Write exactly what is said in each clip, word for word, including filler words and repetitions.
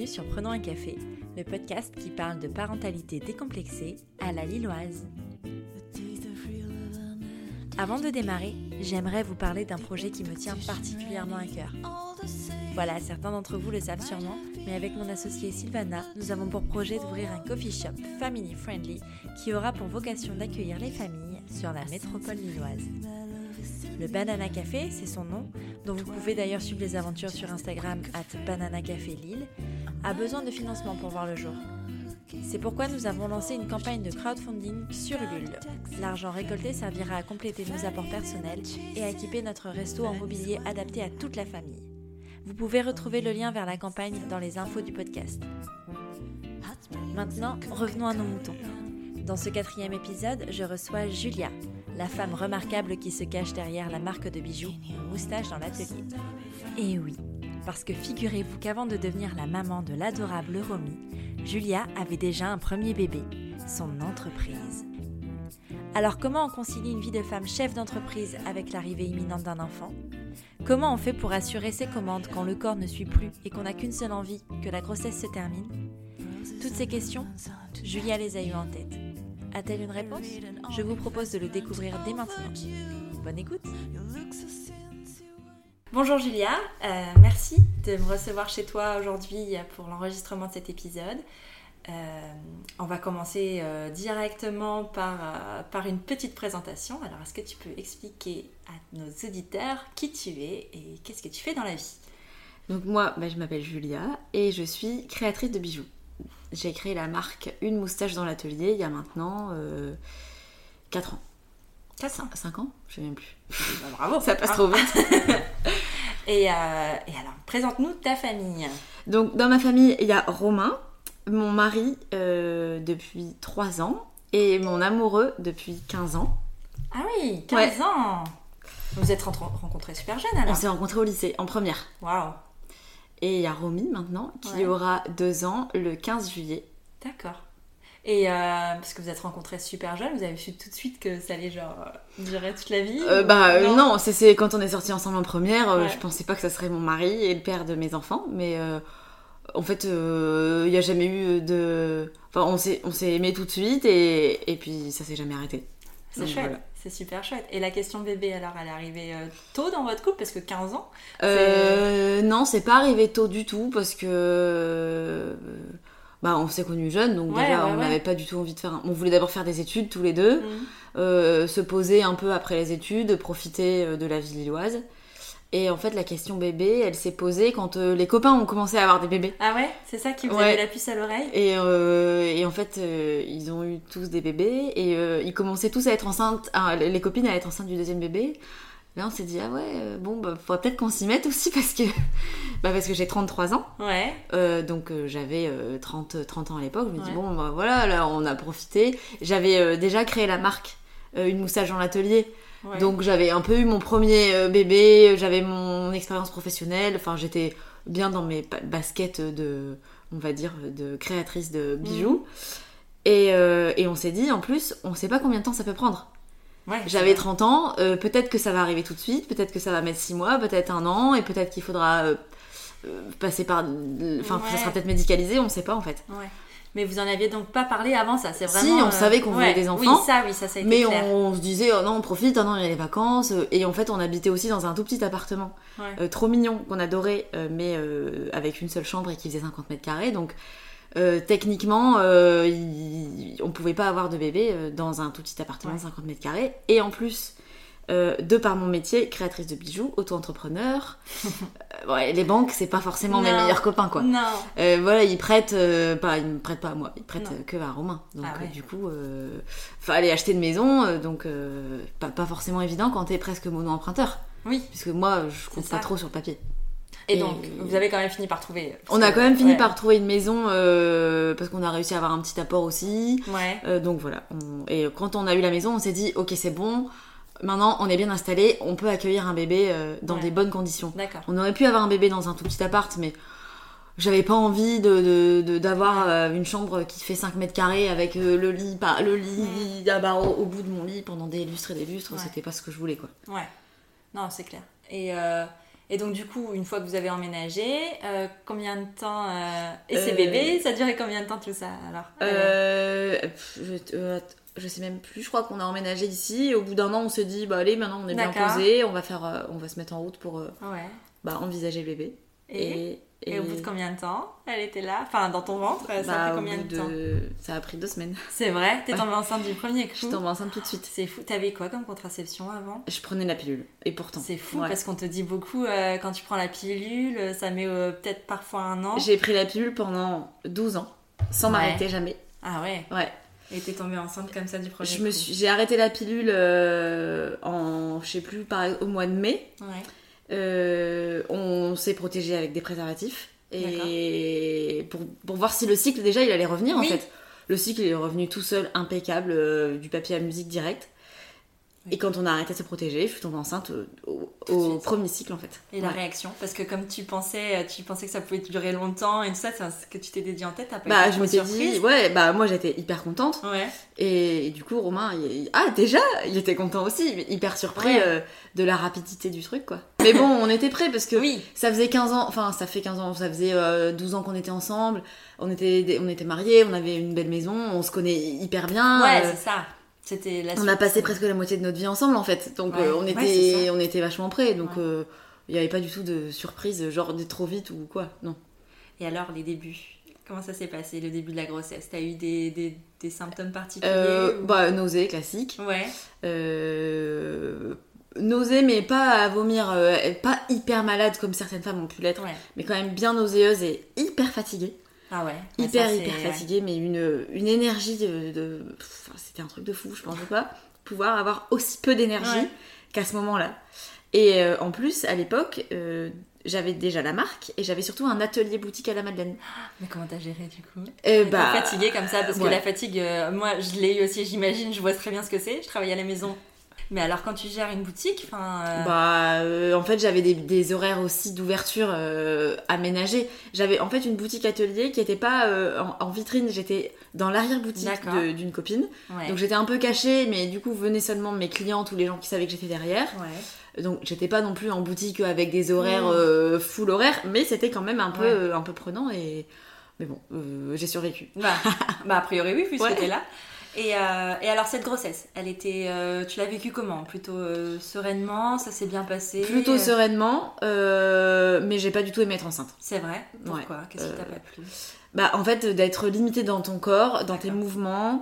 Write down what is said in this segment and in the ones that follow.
bienvenue sur Prenons un café, le podcast qui parle de parentalité décomplexée à la lilloise. Avant de démarrer, j'aimerais vous parler d'un projet qui me tient particulièrement à cœur. Voilà, certains d'entre vous le savent sûrement, mais avec mon associée Sylvana, nous avons pour projet d'ouvrir un coffee shop family friendly qui aura pour vocation d'accueillir les familles sur la métropole lilloise. Le Banana Café, c'est son nom, dont vous pouvez d'ailleurs suivre les aventures sur Instagram arobase banana café lille, a besoin de financement pour voir le jour. C'est pourquoi nous avons lancé une campagne de crowdfunding sur Ulule. L'argent récolté servira à compléter nos apports personnels et à équiper notre resto en mobilier adapté à toute la famille. Vous pouvez retrouver le lien vers la campagne dans les infos du podcast. Maintenant, revenons à nos moutons. Dans ce quatrième épisode, je reçois Julia, la femme remarquable qui se cache derrière la marque de bijoux Moustache dans l'atelier. Et oui, parce que figurez-vous qu'avant de devenir la maman de l'adorable Romy, Julia avait déjà un premier bébé, son entreprise. Alors comment on concilie une vie de femme chef d'entreprise avec l'arrivée imminente d'un enfant ? Comment on fait pour assurer ses commandes quand le corps ne suit plus et qu'on n'a qu'une seule envie, que la grossesse se termine ? Toutes ces questions, Julia les a eues en tête. A-t-elle une réponse ? Je vous propose de le découvrir dès maintenant. Bonne écoute. Bonjour Julia, euh, merci de me recevoir chez toi aujourd'hui pour l'enregistrement de cet épisode. Euh, on va commencer euh, directement par, euh, par une petite présentation. Alors, est-ce que tu peux expliquer à nos auditeurs qui tu es et qu'est-ce que tu fais dans la vie ? Donc moi, bah, je m'appelle Julia et je suis créatrice de bijoux. J'ai créé la marque Une Moustache dans l'atelier il y a maintenant euh, quatre ans. quatre ans ? cinq ans ? Je sais même plus. Bah, bravo, ça passe trop vite. et, euh, et alors, présente-nous ta famille. Donc dans ma famille, il y a Romain, mon mari euh, depuis trois ans et mon amoureux depuis quinze ans. Ah oui, quinze ouais. ans. Vous êtes rencontrés super jeunes alors ? On s'est rencontrés au lycée, en première. Waouh. Et il y a Romy maintenant, qui ouais. aura deux ans le quinze juillet. D'accord. Et euh, parce que vous êtes rencontrés super jeunes, vous avez su tout de suite que ça allait genre durer toute la vie euh, ou... Bah non, euh, non, c'est, c'est quand on est sortis ensemble en première, euh, ouais. je pensais pas que ça serait mon mari et le père de mes enfants, mais euh, en fait, il euh, n'y a jamais eu de... Enfin, on s'est, on s'est aimés tout de suite et, et puis ça s'est jamais arrêté. C'est Donc, chouette, voilà. C'est super chouette. Et la question bébé, alors, elle est arrivée euh, tôt dans votre couple, parce que quinze ans euh, Non, c'est pas arrivé tôt du tout, parce que... Euh, bah, on s'est connus jeunes, donc ouais, déjà, ouais, on n'avait ouais. pas du tout envie de faire... Un... On voulait d'abord faire des études, tous les deux, mmh. euh, se poser un peu après les études, profiter de la vie lilloise. Et en fait, la question bébé, elle s'est posée quand euh, les copains ont commencé à avoir des bébés. Ah ouais ? C'est ça qui vous ouais. a mis la puce à l'oreille ? Et, euh, et en fait, euh, ils ont eu tous des bébés et euh, ils commençaient tous à être enceintes, ah, les copines à être enceintes du deuxième bébé. Là, on s'est dit, ah ouais, euh, bon, bah, faudrait peut-être qu'on s'y mette aussi parce que, bah, parce que j'ai trente-trois ans. Ouais. Euh, donc, euh, j'avais euh, trente, trente ans à l'époque. Je me ouais. dis, bon, bah, voilà, là, on a profité. J'avais euh, déjà créé la marque euh, Une Moustache dans l'atelier. Ouais. Donc j'avais un peu eu mon premier euh, bébé, j'avais mon expérience professionnelle, enfin j'étais bien dans mes baskets de, on va dire, de créatrice de bijoux. Mmh. Et, euh, et on s'est dit, en plus, on sait pas combien de temps ça peut prendre. Ouais, j'avais trente ans, euh, peut-être que ça va arriver tout de suite, peut-être que ça va mettre six mois, peut-être un an, et peut-être qu'il faudra euh, euh, passer par... Enfin, ouais. Ça sera peut-être médicalisé, on sait pas en fait. Ouais. Mais vous en aviez donc pas parlé avant ça, c'est vraiment... Si, on euh... savait qu'on ouais. voulait des enfants. Oui, ça, oui, ça, ça a été mais clair. Mais on, on se disait, oh non, on profite, oh non, il y a les vacances. Et en fait, on habitait aussi dans un tout petit appartement, ouais. euh, trop mignon, qu'on adorait, euh, mais euh, avec une seule chambre et qui faisait cinquante mètres carrés. Donc, euh, techniquement, euh, il, on pouvait pas avoir de bébé euh, dans un tout petit appartement de ouais. cinquante mètres carrés. Et en plus... Euh, de par mon métier, créatrice de bijoux, auto-entrepreneur, euh, ouais, les banques, c'est pas forcément non. mes meilleurs copains, quoi. Non. Euh, voilà, ils prêtent, euh, pas, ils me prêtent pas à moi, ils prêtent euh, que à Romain. Donc ah ouais. euh, du coup, euh, fallait acheter une maison, euh, donc euh, pas, pas forcément évident quand t'es presque mono-emprunteur. Oui. Puisque moi, je compte pas trop sur le papier. Et, et donc, vous avez quand même fini par trouver... On a quand même fini ouais. par trouver une maison, euh, parce qu'on a réussi à avoir un petit apport aussi. Ouais. Euh, donc voilà. On... Et quand on a eu la maison, on s'est dit, ok, c'est bon. Maintenant, on est bien installé, on peut accueillir un bébé euh, dans ouais. des bonnes conditions. D'accord. On aurait pu avoir un bébé dans un tout petit appart, mais j'avais pas envie de, de, de, d'avoir euh, une chambre qui fait cinq mètres carrés avec euh, le lit, pas, le lit ouais. à barreaux au bout de mon lit pendant des lustres et des lustres. Ouais. C'était pas ce que je voulais, quoi. Ouais. Non, c'est clair. Et, euh, Et donc, du coup, une fois que vous avez emménagé, euh, combien de temps euh... Et Euh, ces bébés, ça durait combien de temps tout ça alors euh, pff, je, euh, je sais même plus, je crois qu'on a emménagé ici. Et au bout d'un an, on s'est dit, bah allez, maintenant on est bien D'accord. posé, on va, faire, euh, on va se mettre en route pour euh, Ouais. bah, envisager le bébé. Et, Et, et... et au bout de combien de temps elle était là? Enfin, dans ton ventre, ça bah, a pris combien au bout de temps? de... Ça a pris deux semaines. C'est vrai? T'es Ouais. tombée enceinte du premier coup? Je suis tombée enceinte tout de suite. C'est fou. T'avais quoi comme contraception avant? Je prenais la pilule, et pourtant. C'est fou ouais. parce qu'on te dit beaucoup euh, quand tu prends la pilule, ça met euh, peut-être parfois un an. J'ai pris la pilule pendant douze ans, sans Ouais. m'arrêter jamais. Ah ouais? Ouais. Et t'es tombée enceinte comme ça du premier Je coup? me suis... J'ai arrêté la pilule euh, en, je sais plus, pareil, au mois de mai. Ouais. Euh, on s'est protégé avec des préservatifs. Et pour, pour voir si le cycle, déjà, il allait revenir Oui. en fait. Le cycle, il est revenu tout seul, impeccable, euh, du papier à musique direct. Et quand on a arrêté de se protéger, je suis tombée enceinte au, au, au premier cycle en fait. Et la Ouais. réaction? Parce que comme tu pensais, tu pensais que ça pouvait durer longtemps et tout ça, c'est ce que tu t'étais dit en tête, t'as pas Bah, été je trop m'étais surprise? dit, ouais, bah moi j'étais hyper contente. Ouais. Et, et du coup, Romain, il, il- ah, déjà, il était content aussi, hyper surpris Ouais. euh, de la rapidité du truc quoi. Mais bon, on était prêts parce que Oui. ça faisait quinze ans, enfin, ça fait quinze ans, ça faisait euh, douze ans qu'on était ensemble, on était, on était mariés, on avait une belle maison, on se connaît hyper bien. Ouais, euh, c'est ça. C'était la On suite. a passé presque la moitié de notre vie ensemble en fait, donc Ouais. euh, on, Ouais, était, c'est ça. on était vachement près, donc il Ouais. n'y avait pas du tout de surprise, genre d'être trop vite ou quoi, non. Et alors, les débuts? Comment ça s'est passé, le début de la grossesse? T'as eu des, des, des symptômes particuliers? Euh, ou- bah, nausée classique. Ouais. Euh, nausée, mais pas à vomir, euh, pas hyper malade comme certaines femmes ont pu l'être, Ouais. mais quand même bien nauséeuse et hyper fatiguée. Ah ouais. Ouais, Hyper, ça, c'est- hyper ouais. fatiguée, mais une, une énergie de. de- pff, c'était un truc de fou, je pensais pas pouvoir avoir aussi peu d'énergie Ouais. qu'à ce moment-là. Et euh, en plus, à l'époque, euh, j'avais déjà la marque et j'avais surtout un atelier boutique à la Madeleine. Mais comment t'as géré du coup? Euh, T'es bah, fatiguée comme ça? Parce que ouais. la fatigue, euh, moi je l'ai eu aussi, j'imagine, je vois très bien ce que c'est. Je travaille à la maison. Mais alors quand tu gères une boutique, enfin. euh, Bah, euh, en fait, j'avais des, des horaires aussi d'ouverture euh, aménagés. J'avais en fait une boutique atelier qui était pas euh, en, en vitrine, j'étais dans l'arrière-boutique D'accord. de- d'une copine. ouais. Donc j'étais un peu cachée, mais du coup venaient seulement mes clientes ou les gens qui savaient que j'étais derrière. Ouais. Donc j'étais pas non plus en boutique avec des horaires Mmh. euh, full horaire, mais c'était quand même un peu, Ouais. euh, un peu prenant. Et... Mais bon, euh, j'ai survécu. Bah, bah, a priori, oui, puisque Ouais. t'es là. Et, euh, et alors, cette grossesse, elle était, euh, tu l'as vécue comment? Plutôt euh, sereinement? Ça s'est bien passé? Plutôt euh, sereinement, euh, mais j'ai pas du tout aimé être enceinte. C'est vrai? Pourquoi? Ouais. Qu'est-ce qui t'a Euh, pas plu? Bah, en fait, d'être limitée dans ton corps, dans tes D'accord. mouvements.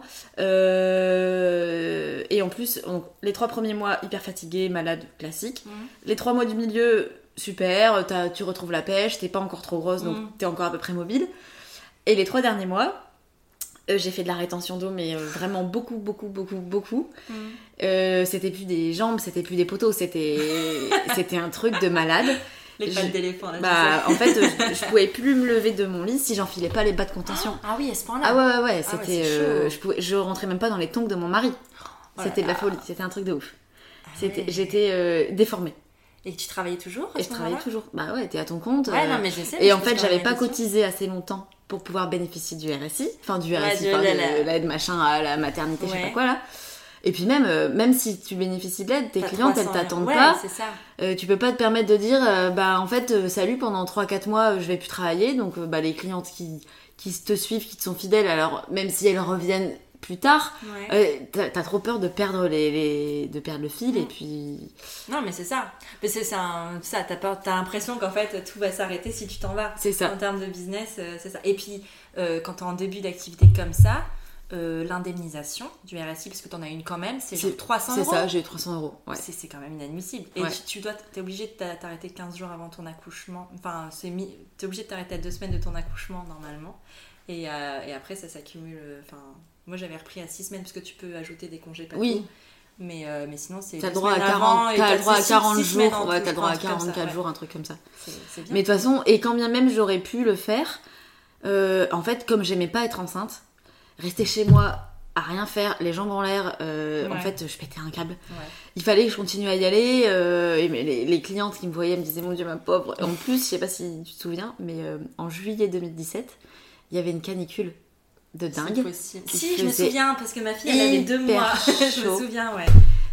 euh, Et en plus, donc, les trois premiers mois, hyper fatiguée, malade, classique. Mmh. Les trois mois du milieu, super, t'as- tu retrouves la pêche, t'es pas encore trop grosse, donc Mm. t'es encore à peu près mobile. Et les trois derniers mois, euh, j'ai fait de la rétention d'eau, mais euh, vraiment beaucoup, beaucoup, beaucoup, beaucoup. Mmh. Euh, c'était plus des jambes, c'était plus des poteaux, c'était c'était un truc de malade. Les Je- pattes d'éléphant, là, je Bah, sais. en fait, je, je pouvais plus me lever de mon lit si j'enfilais pas les bas de contention. Ah oui, à ce point-là. Ah ouais, ouais, ouais, Ah ouais, c'était. c'est euh, chaud. je, pouvais, je rentrais même pas dans les tongs de mon mari. Oh là C'était de la là. folie, c'était un truc de ouf. Ah C'était, ouais. J'étais euh, déformée. Et tu travaillais toujours à Et ce je travaillais moment-là? toujours. Bah ouais, t'es à ton compte. Ouais, euh, non, mais je sais. mais Et je en pose fait, quand j'avais même pas la question. cotisé assez longtemps pour pouvoir bénéficier du R S I. Enfin, du Ouais, R S I, du- enfin, la- de la- l'aide machin à la maternité, je sais Ouais. pas quoi là. Et puis même, euh, même si tu bénéficies de l'aide, tes T'as clientes, elles trois cents t'attendent ouais, pas. c'est ça. Euh, tu peux pas te permettre de dire, euh, bah en fait, euh, salut, pendant trois quatre mois, euh, je vais plus travailler. Donc, euh, bah les clientes qui, qui te suivent, qui te sont fidèles, alors même si elles reviennent plus tard, Ouais. euh, t'as, t'as trop peur de perdre, les, les- de perdre le fil. Mm. Et puis... Non, mais c'est ça. Mais c'est c'est un- ça, t'as peur- t'as l'impression qu'en fait, tout va s'arrêter si tu t'en vas. C'est ça. En termes de business, euh, c'est ça. Et puis, euh, quand t'es en début d'activité comme ça, euh, l'indemnisation du R S I, parce que t'en as une quand même, c'est genre C'est- trois cents C'est euros. ça, j'ai eu trois cents euros. Ouais. C'est c'est quand même inadmissible. Et Ouais. tu, tu dois, t'es obligé de t'a- t'arrêter quinze jours avant ton accouchement. Enfin, c'est mis, t'es obligé de t'arrêter à deux semaines de ton accouchement normalement. Et, euh, et après, ça s'accumule. euh, Enfin, moi j'avais repris à six semaines parce que tu peux ajouter des congés papier. Oui. Mais, euh, mais sinon, c'est T'as le deux droit à semaines quarante, avant et t'as le droit à six- quarante six semaines jours, en ouais, tout, t'as le droit à un truc comme ça, quarante-quatre ouais. jours, un truc comme ça. C'est c'est bien. Mais de toute façon, et quand bien même j'aurais pu le faire, euh, en fait, comme j'aimais pas être enceinte, rester chez moi à rien faire, les jambes en l'air, euh, Ouais. en fait, je pétais un câble. Ouais. Il fallait que je continue à y aller, euh, et mais les, les clientes qui me voyaient me disaient, mon Dieu, ma pauvre. En plus, je sais pas si tu te souviens, mais euh, en juillet deux mille dix-sept, il y avait une canicule de C'est dingue. possible. Il Si, je me faisait souviens, parce que ma fille, elle avait deux hyper mois. Je me chaud. souviens, ouais.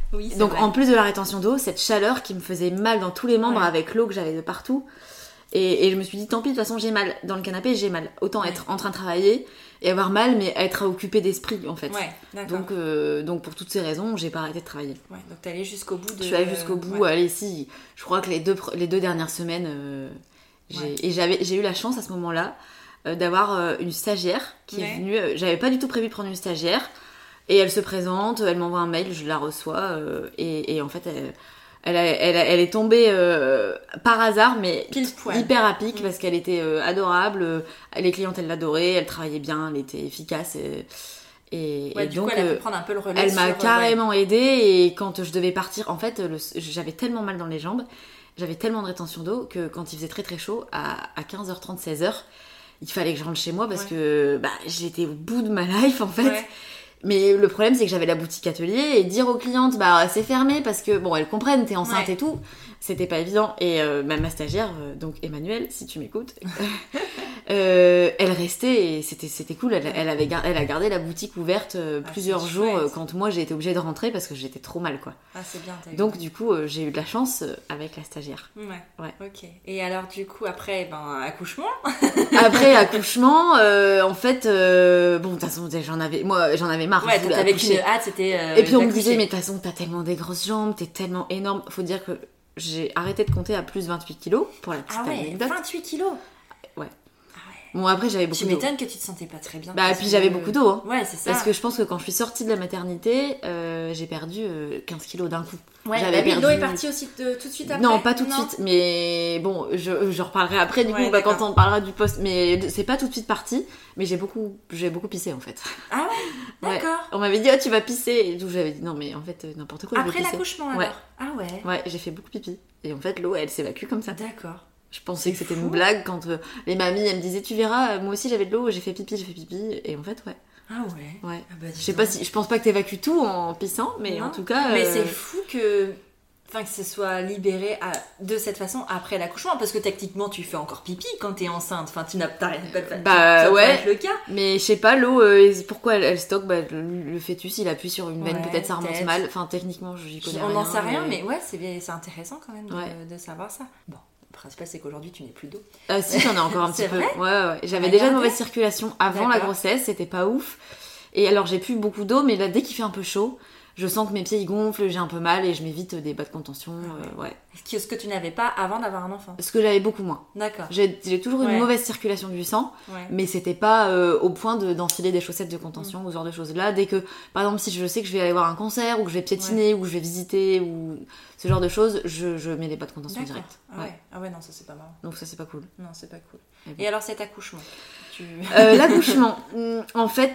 Oui, Donc vrai. en plus de la rétention d'eau, cette chaleur qui me faisait mal dans tous les membres ouais. avec l'eau que j'avais de partout. Et, et je me suis dit, tant pis, de toute façon, j'ai mal. Dans le canapé, j'ai mal. Autant ouais. être en train de travailler et avoir mal, mais être occupée d'esprit, en fait. Ouais, d'accord. Donc, euh, donc pour toutes ces raisons, j'ai pas arrêté de travailler. Ouais, donc t'es allée jusqu'au bout de... Je suis allée jusqu'au bout. Ouais. Allez, si. Je crois que les deux, les deux dernières semaines, euh, j'ai, ouais. et j'avais, j'ai eu la chance à ce moment-là euh, d'avoir euh, une stagiaire qui ouais. est venue. Euh, j'avais pas du tout prévu de prendre une stagiaire. Et elle se présente, elle m'envoie un mail, je la reçois. Euh, et, et en fait, elle... Elle, a, elle, a, elle est tombée euh, par hasard, mais hyper à pic, mmh. parce qu'elle était euh, adorable. Euh, les clientes, elle l'adorait, elle travaillait bien, elle était efficace. Et, et, ouais, et du donc, coup, elle a pu prendre un peu le relais. Elle m'a sur, carrément ouais. aidée. Et quand je devais partir, en fait, le, j'avais tellement mal dans les jambes, j'avais tellement de rétention d'eau que quand il faisait très très chaud, à, à quinze heures trente, seize heures, il fallait que je rentre chez moi parce ouais. que bah, j'étais au bout de ma life, en fait. Ouais. Mais le problème, c'est que j'avais la boutique atelier et dire aux clientes, bah c'est fermé parce que, bon, elles comprennent, t'es enceinte ouais. et tout, c'était pas évident. Et euh, bah, ma stagiaire, euh, donc Emmanuelle, si tu m'écoutes, euh, elle restait et c'était, c'était cool. Elle, elle, avait gar- elle a gardé la boutique ouverte euh, ah, plusieurs jours euh, quand moi j'ai été obligée de rentrer parce que j'étais trop mal, quoi. Ah, c'est bien, t'as eu Donc, du coup, euh, j'ai eu de la chance euh, avec la stagiaire. Ouais. Ouais. Ok. Et alors, du coup, après, ben, accouchement Après accouchement, euh, en fait, euh, bon, de toute façon, j'en avais, moi, j'en avais marre. Ouais, t'avais qu'une hâte, c'était. Euh, et puis on me disait, mais de toute façon, t'as tellement des grosses jambes, t'es tellement énorme. Faut dire que j'ai arrêté de compter à plus vingt-huit kilos pour la petite ah ouais, anecdote. vingt-huit kilos. Ouais. Bon, après, j'avais beaucoup tu d'eau. m'étonnes que tu te sentais pas très bien. Bah, puis j'avais que... beaucoup d'eau. Hein. Ouais, c'est ça. Parce que je pense que quand je suis sortie de la maternité, euh, j'ai perdu euh, quinze kilos d'un coup. Ouais, j'avais bah oui, perdu... l'eau est partie aussi de, tout de suite après. Non, pas tout de non. suite. Mais bon, je, je reparlerai après, du ouais, coup, bah, quand on parlera du poste. Mais c'est pas tout de suite parti. Mais j'ai beaucoup, j'ai beaucoup pissé, en fait. Ah ouais, d'accord. Ouais. On m'avait dit, oh, tu vas pisser. Et tout, j'avais dit, non, mais en fait, n'importe quoi. Après l'accouchement, alors ouais. Ah ouais. Ouais, j'ai fait beaucoup pipi. Et en fait, l'eau, elle s'évacue comme ça. D'accord. Je pensais que c'était fou. Une blague quand euh, les mamies elles me disaient tu verras, euh, moi aussi j'avais de l'eau, j'ai fait pipi, j'ai fait pipi et en fait ouais. Ah ouais. Ouais. Ah bah, je sais pas si je pense pas que t'évacues tout en pissant, mais non. En tout cas. Mais euh... c'est fou que enfin que ce soit libéré à... de cette façon après l'accouchement parce que techniquement tu fais encore pipi quand t'es enceinte. Enfin tu n'as t'arrêtes pas de faire. Bah ça ouais. Être le cas. Mais je sais pas l'eau euh, pourquoi elle, elle stocke bah, le, le fœtus il appuie sur une veine ouais, peut-être ça remonte peut-être. mal. Enfin techniquement j'y connais On rien. n'en sait rien mais, mais ouais c'est c'est intéressant quand même de, ouais. de savoir ça. Bon. Le principal, c'est qu'aujourd'hui, tu n'es plus d'eau. Ah si, j'en ai encore un petit peu. Vrai ouais, ouais. J'avais déjà une mauvaise circulation avant D'accord. la grossesse, c'était pas ouf. Et alors, j'ai plus beaucoup d'eau, mais là, dès qu'il fait un peu chaud, je sens que mes pieds ils gonflent, j'ai un peu mal et je m'évite des bas de contention. Euh, ouais. Ce que tu n'avais pas avant d'avoir un enfant. Ce que j'avais beaucoup moins. D'accord. J'ai, j'ai toujours ouais. une mauvaise circulation du sang, ouais. mais c'était pas euh, au point de, d'enfiler des chaussettes de contention mmh. ou ce genre de choses. Là, dès que, par exemple, si je sais que je vais aller voir un concert ou que je vais piétiner ouais. ou que je vais visiter ou ce genre de choses, je, je mets des bas de contention D'accord. direct. Ah ouais. ouais. Ah ouais, non, ça c'est pas marrant. Donc ça c'est pas cool. Non, c'est pas cool. Et, bon. Et alors cet accouchement tu... euh, L'accouchement, en fait,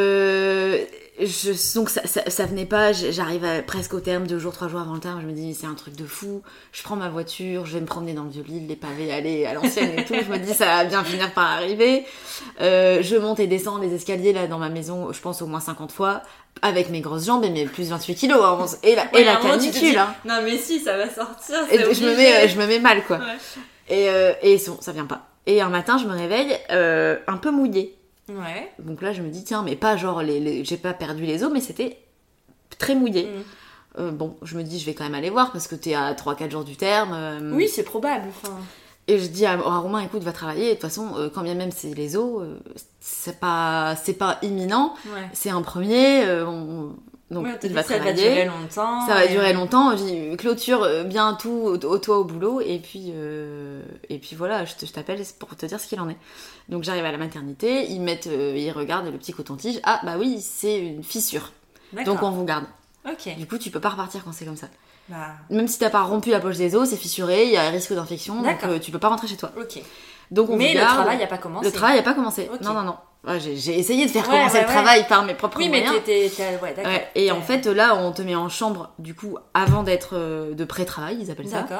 euh, je, donc ça, ça, ça venait pas, j'arrive à, presque au terme, deux jours, trois jours avant le terme, je me dis c'est un truc de fou, je prends ma voiture, je vais me promener dans le Vieux-Lille, les pavés, aller à l'ancienne et tout, je me dis ça va bien finir par arriver. Euh, je monte et descends les escaliers là dans ma maison, je pense au moins cinquante fois, avec mes grosses jambes et mes plus vingt-huit kilos, hein, et la, ouais, et la canicule. Hein. Non mais si, ça va sortir, et je me, mets, je me mets mal quoi. Ouais. Et, euh, et bon, ça vient pas. Et un matin, je me réveille euh, un peu mouillée. Ouais. Donc là, je me dis, tiens, mais pas genre, les, les... j'ai pas perdu les os, mais c'était très mouillé. Mmh. Euh, bon, je me dis, je vais quand même aller voir parce que t'es à trois quatre jours du terme. Euh... Oui, c'est probable. Enfin... Et je dis à, à Romain, écoute, va travailler. Et de toute façon, euh, quand bien même c'est les os, euh, c'est pas, c'est pas imminent. Ouais. C'est un premier. Euh, on... Donc ouais, il va ça travailler. Ça va durer longtemps. Ça va et... durer longtemps. Je dis, clôture bien tout au, au toit, au boulot. Et puis, euh, et puis voilà, je, te, je t'appelle pour te dire ce qu'il en est. Donc j'arrive à la maternité, ils mettent, euh, ils regardent le petit coton-tige. Ah bah oui, c'est une fissure. D'accord. Donc on vous garde. Ok. Du coup, tu peux pas repartir quand c'est comme ça. Bah... Même si t'as pas rompu la poche des os, c'est fissuré, il y a un risque d'infection, D'accord. donc euh, tu peux pas rentrer chez toi. Ok. Donc on Mais vous le garde. travail n'a pas commencé. Le travail n'a pas commencé. Okay. Non, non, non. Ouais, j'ai, j'ai essayé de faire ouais, commencer ouais, le ouais. travail par mes propres oui, moyens. Oui, mais t'es, t'es... Ouais, d'accord. Ouais. Et en fait, là, on te met en chambre, du coup, avant d'être euh, de pré-travail, ils appellent ça. D'accord.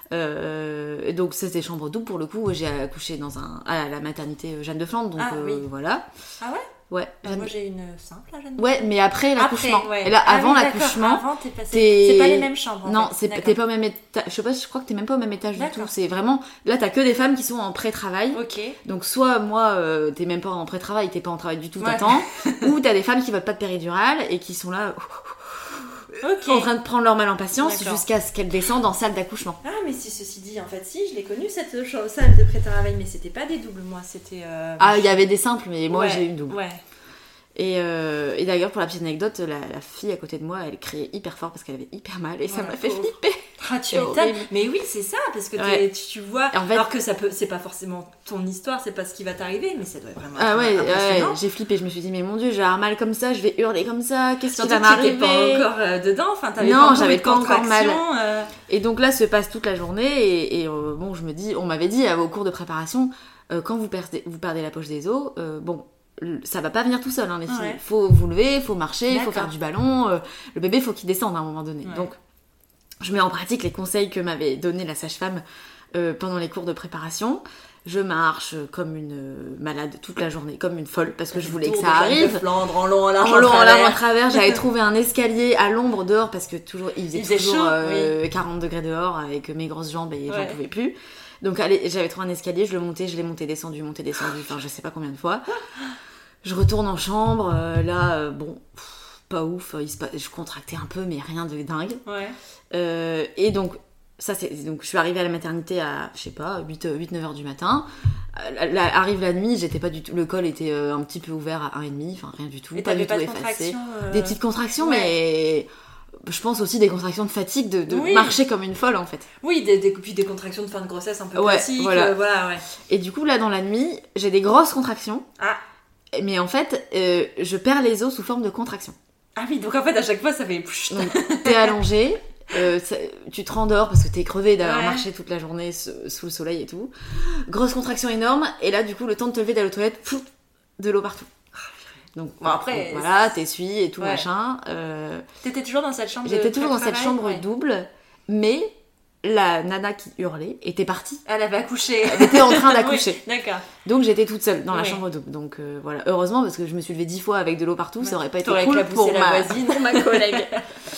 Euh, donc ça c'est chambre double pour le coup. J'ai accouché dans un à la maternité Jeanne de Flandre, donc ah, euh, oui. voilà. Ah ouais. Ouais. Bah, moi j'ai une simple à Jeanne de Ouais, mais après l'accouchement. Après, ouais. Et là ah, avant oui, l'accouchement, avant, t'es passé... t'es... c'est pas les mêmes chambres. En non, fait. c'est t'es pas au même étage. Je sais pas, je crois que t'es même pas au même étage d'accord. du tout. C'est vraiment là t'as que des femmes qui sont en pré-travail. Ok. Donc soit moi euh, t'es même pas en pré-travail, t'es pas en travail du tout, ouais. t'attends. Ou t'as des femmes qui veulent pas de péridurale et qui sont là. okay. en train de prendre leur mal en patience D'accord. jusqu'à ce qu'elles descendent en salle d'accouchement. Ah, mais si, ceci dit, en fait, si, je l'ai connue cette salle de pré-travail, mais c'était pas des doubles, moi, c'était... Euh... Ah, il y avait des simples, mais moi, ouais, j'ai eu une double. Ouais. Et, euh, et d'ailleurs, pour la petite anecdote, la, la fille à côté de moi, elle criait hyper fort parce qu'elle avait hyper mal et ouais, ça m'a fait flipper. Ah, tu m'étonnes. Mais oui, c'est ça, parce que ouais. tu vois, en fait, alors que ça peut, c'est pas forcément ton histoire, c'est pas ce qui va t'arriver, mais ça doit vraiment ah être ouais, impressionnant. Ouais, j'ai flippé, je me suis dit, mais mon Dieu, j'ai un mal comme ça, je vais hurler comme ça, qu'est-ce qui va m'arriver ? m'arriver ? T'étais pas encore euh, dedans, enfin t'avais non, pas j'avais pas encore mal. Euh... Et donc là se passe toute la journée et, et euh, bon, je me dis, on m'avait dit euh, au cours de préparation, euh, quand vous perdez, vous perdez la poche des os, euh, bon. Ça va pas venir tout seul, hein, les filles. Ouais. Faut vous lever, faut marcher, il faut faire du ballon. Euh, le bébé, faut qu'il descende à un moment donné. Ouais. Donc, je mets en pratique les conseils que m'avait donné la sage-femme euh, pendant les cours de préparation. Je marche comme une malade toute la journée, comme une folle, parce que je voulais que ça arrive. Flandre, en long, en large, en long, en large, en travers. J'avais trouvé un escalier à l'ombre dehors, parce que toujours, il faisait, il faisait toujours chaud, euh, oui. quarante degrés dehors avec mes grosses jambes et ouais. j'en pouvais plus. Donc, allez, j'avais trouvé un escalier, je le montais, je l'ai monté, descendu, monté, descendu, enfin, je sais pas combien de fois. Je retourne en chambre, euh, là, euh, bon, pff, pas ouf, il se passe, je contractais un peu, mais rien de dingue. Ouais. Euh, et donc, ça, c'est, donc, je suis arrivée à la maternité à, je sais pas, huit neuf heures du matin. Euh, là, arrive la nuit, j'étais pas du tout, le col était euh, un petit peu ouvert à un virgule cinq, enfin, rien du tout, et pas du pas tout de effacé. Euh... Des petites contractions, ouais. mais... Je pense aussi des contractions de fatigue, de, de oui. marcher comme une folle en fait. Oui, des, des, puis des contractions de fin de grossesse un peu ouais, classiques. Voilà. Euh, voilà, ouais. Et du coup, là, dans la nuit, j'ai des grosses contractions. Ah. Mais en fait, euh, je perds les os sous forme de contraction. Ah oui, donc en fait, à chaque fois, ça fait... Donc, t'es allongé, euh, ça, tu te rendors parce que t'es crevé d'avoir ouais. marché toute la journée sous le soleil et tout. Grosse contraction énorme, et là, du coup, le temps de te lever, d'aller aux toilettes, pouf, de l'eau partout. Donc, bon, après, donc, voilà, t'essuies et tout, ouais. machin. Euh... T'étais toujours dans cette chambre J'étais de toujours dans cette chambre ouais. double, mais... La nana qui hurlait était partie. Elle avait accouché. Elle était en train d'accoucher. Oui, d'accord. Donc j'étais toute seule dans la oui. chambre double. Donc euh, voilà, heureusement parce que je me suis levée dix fois avec de l'eau partout, ouais. ça aurait pas été T'aurais cool pour la ma voisine, pour ma collègue.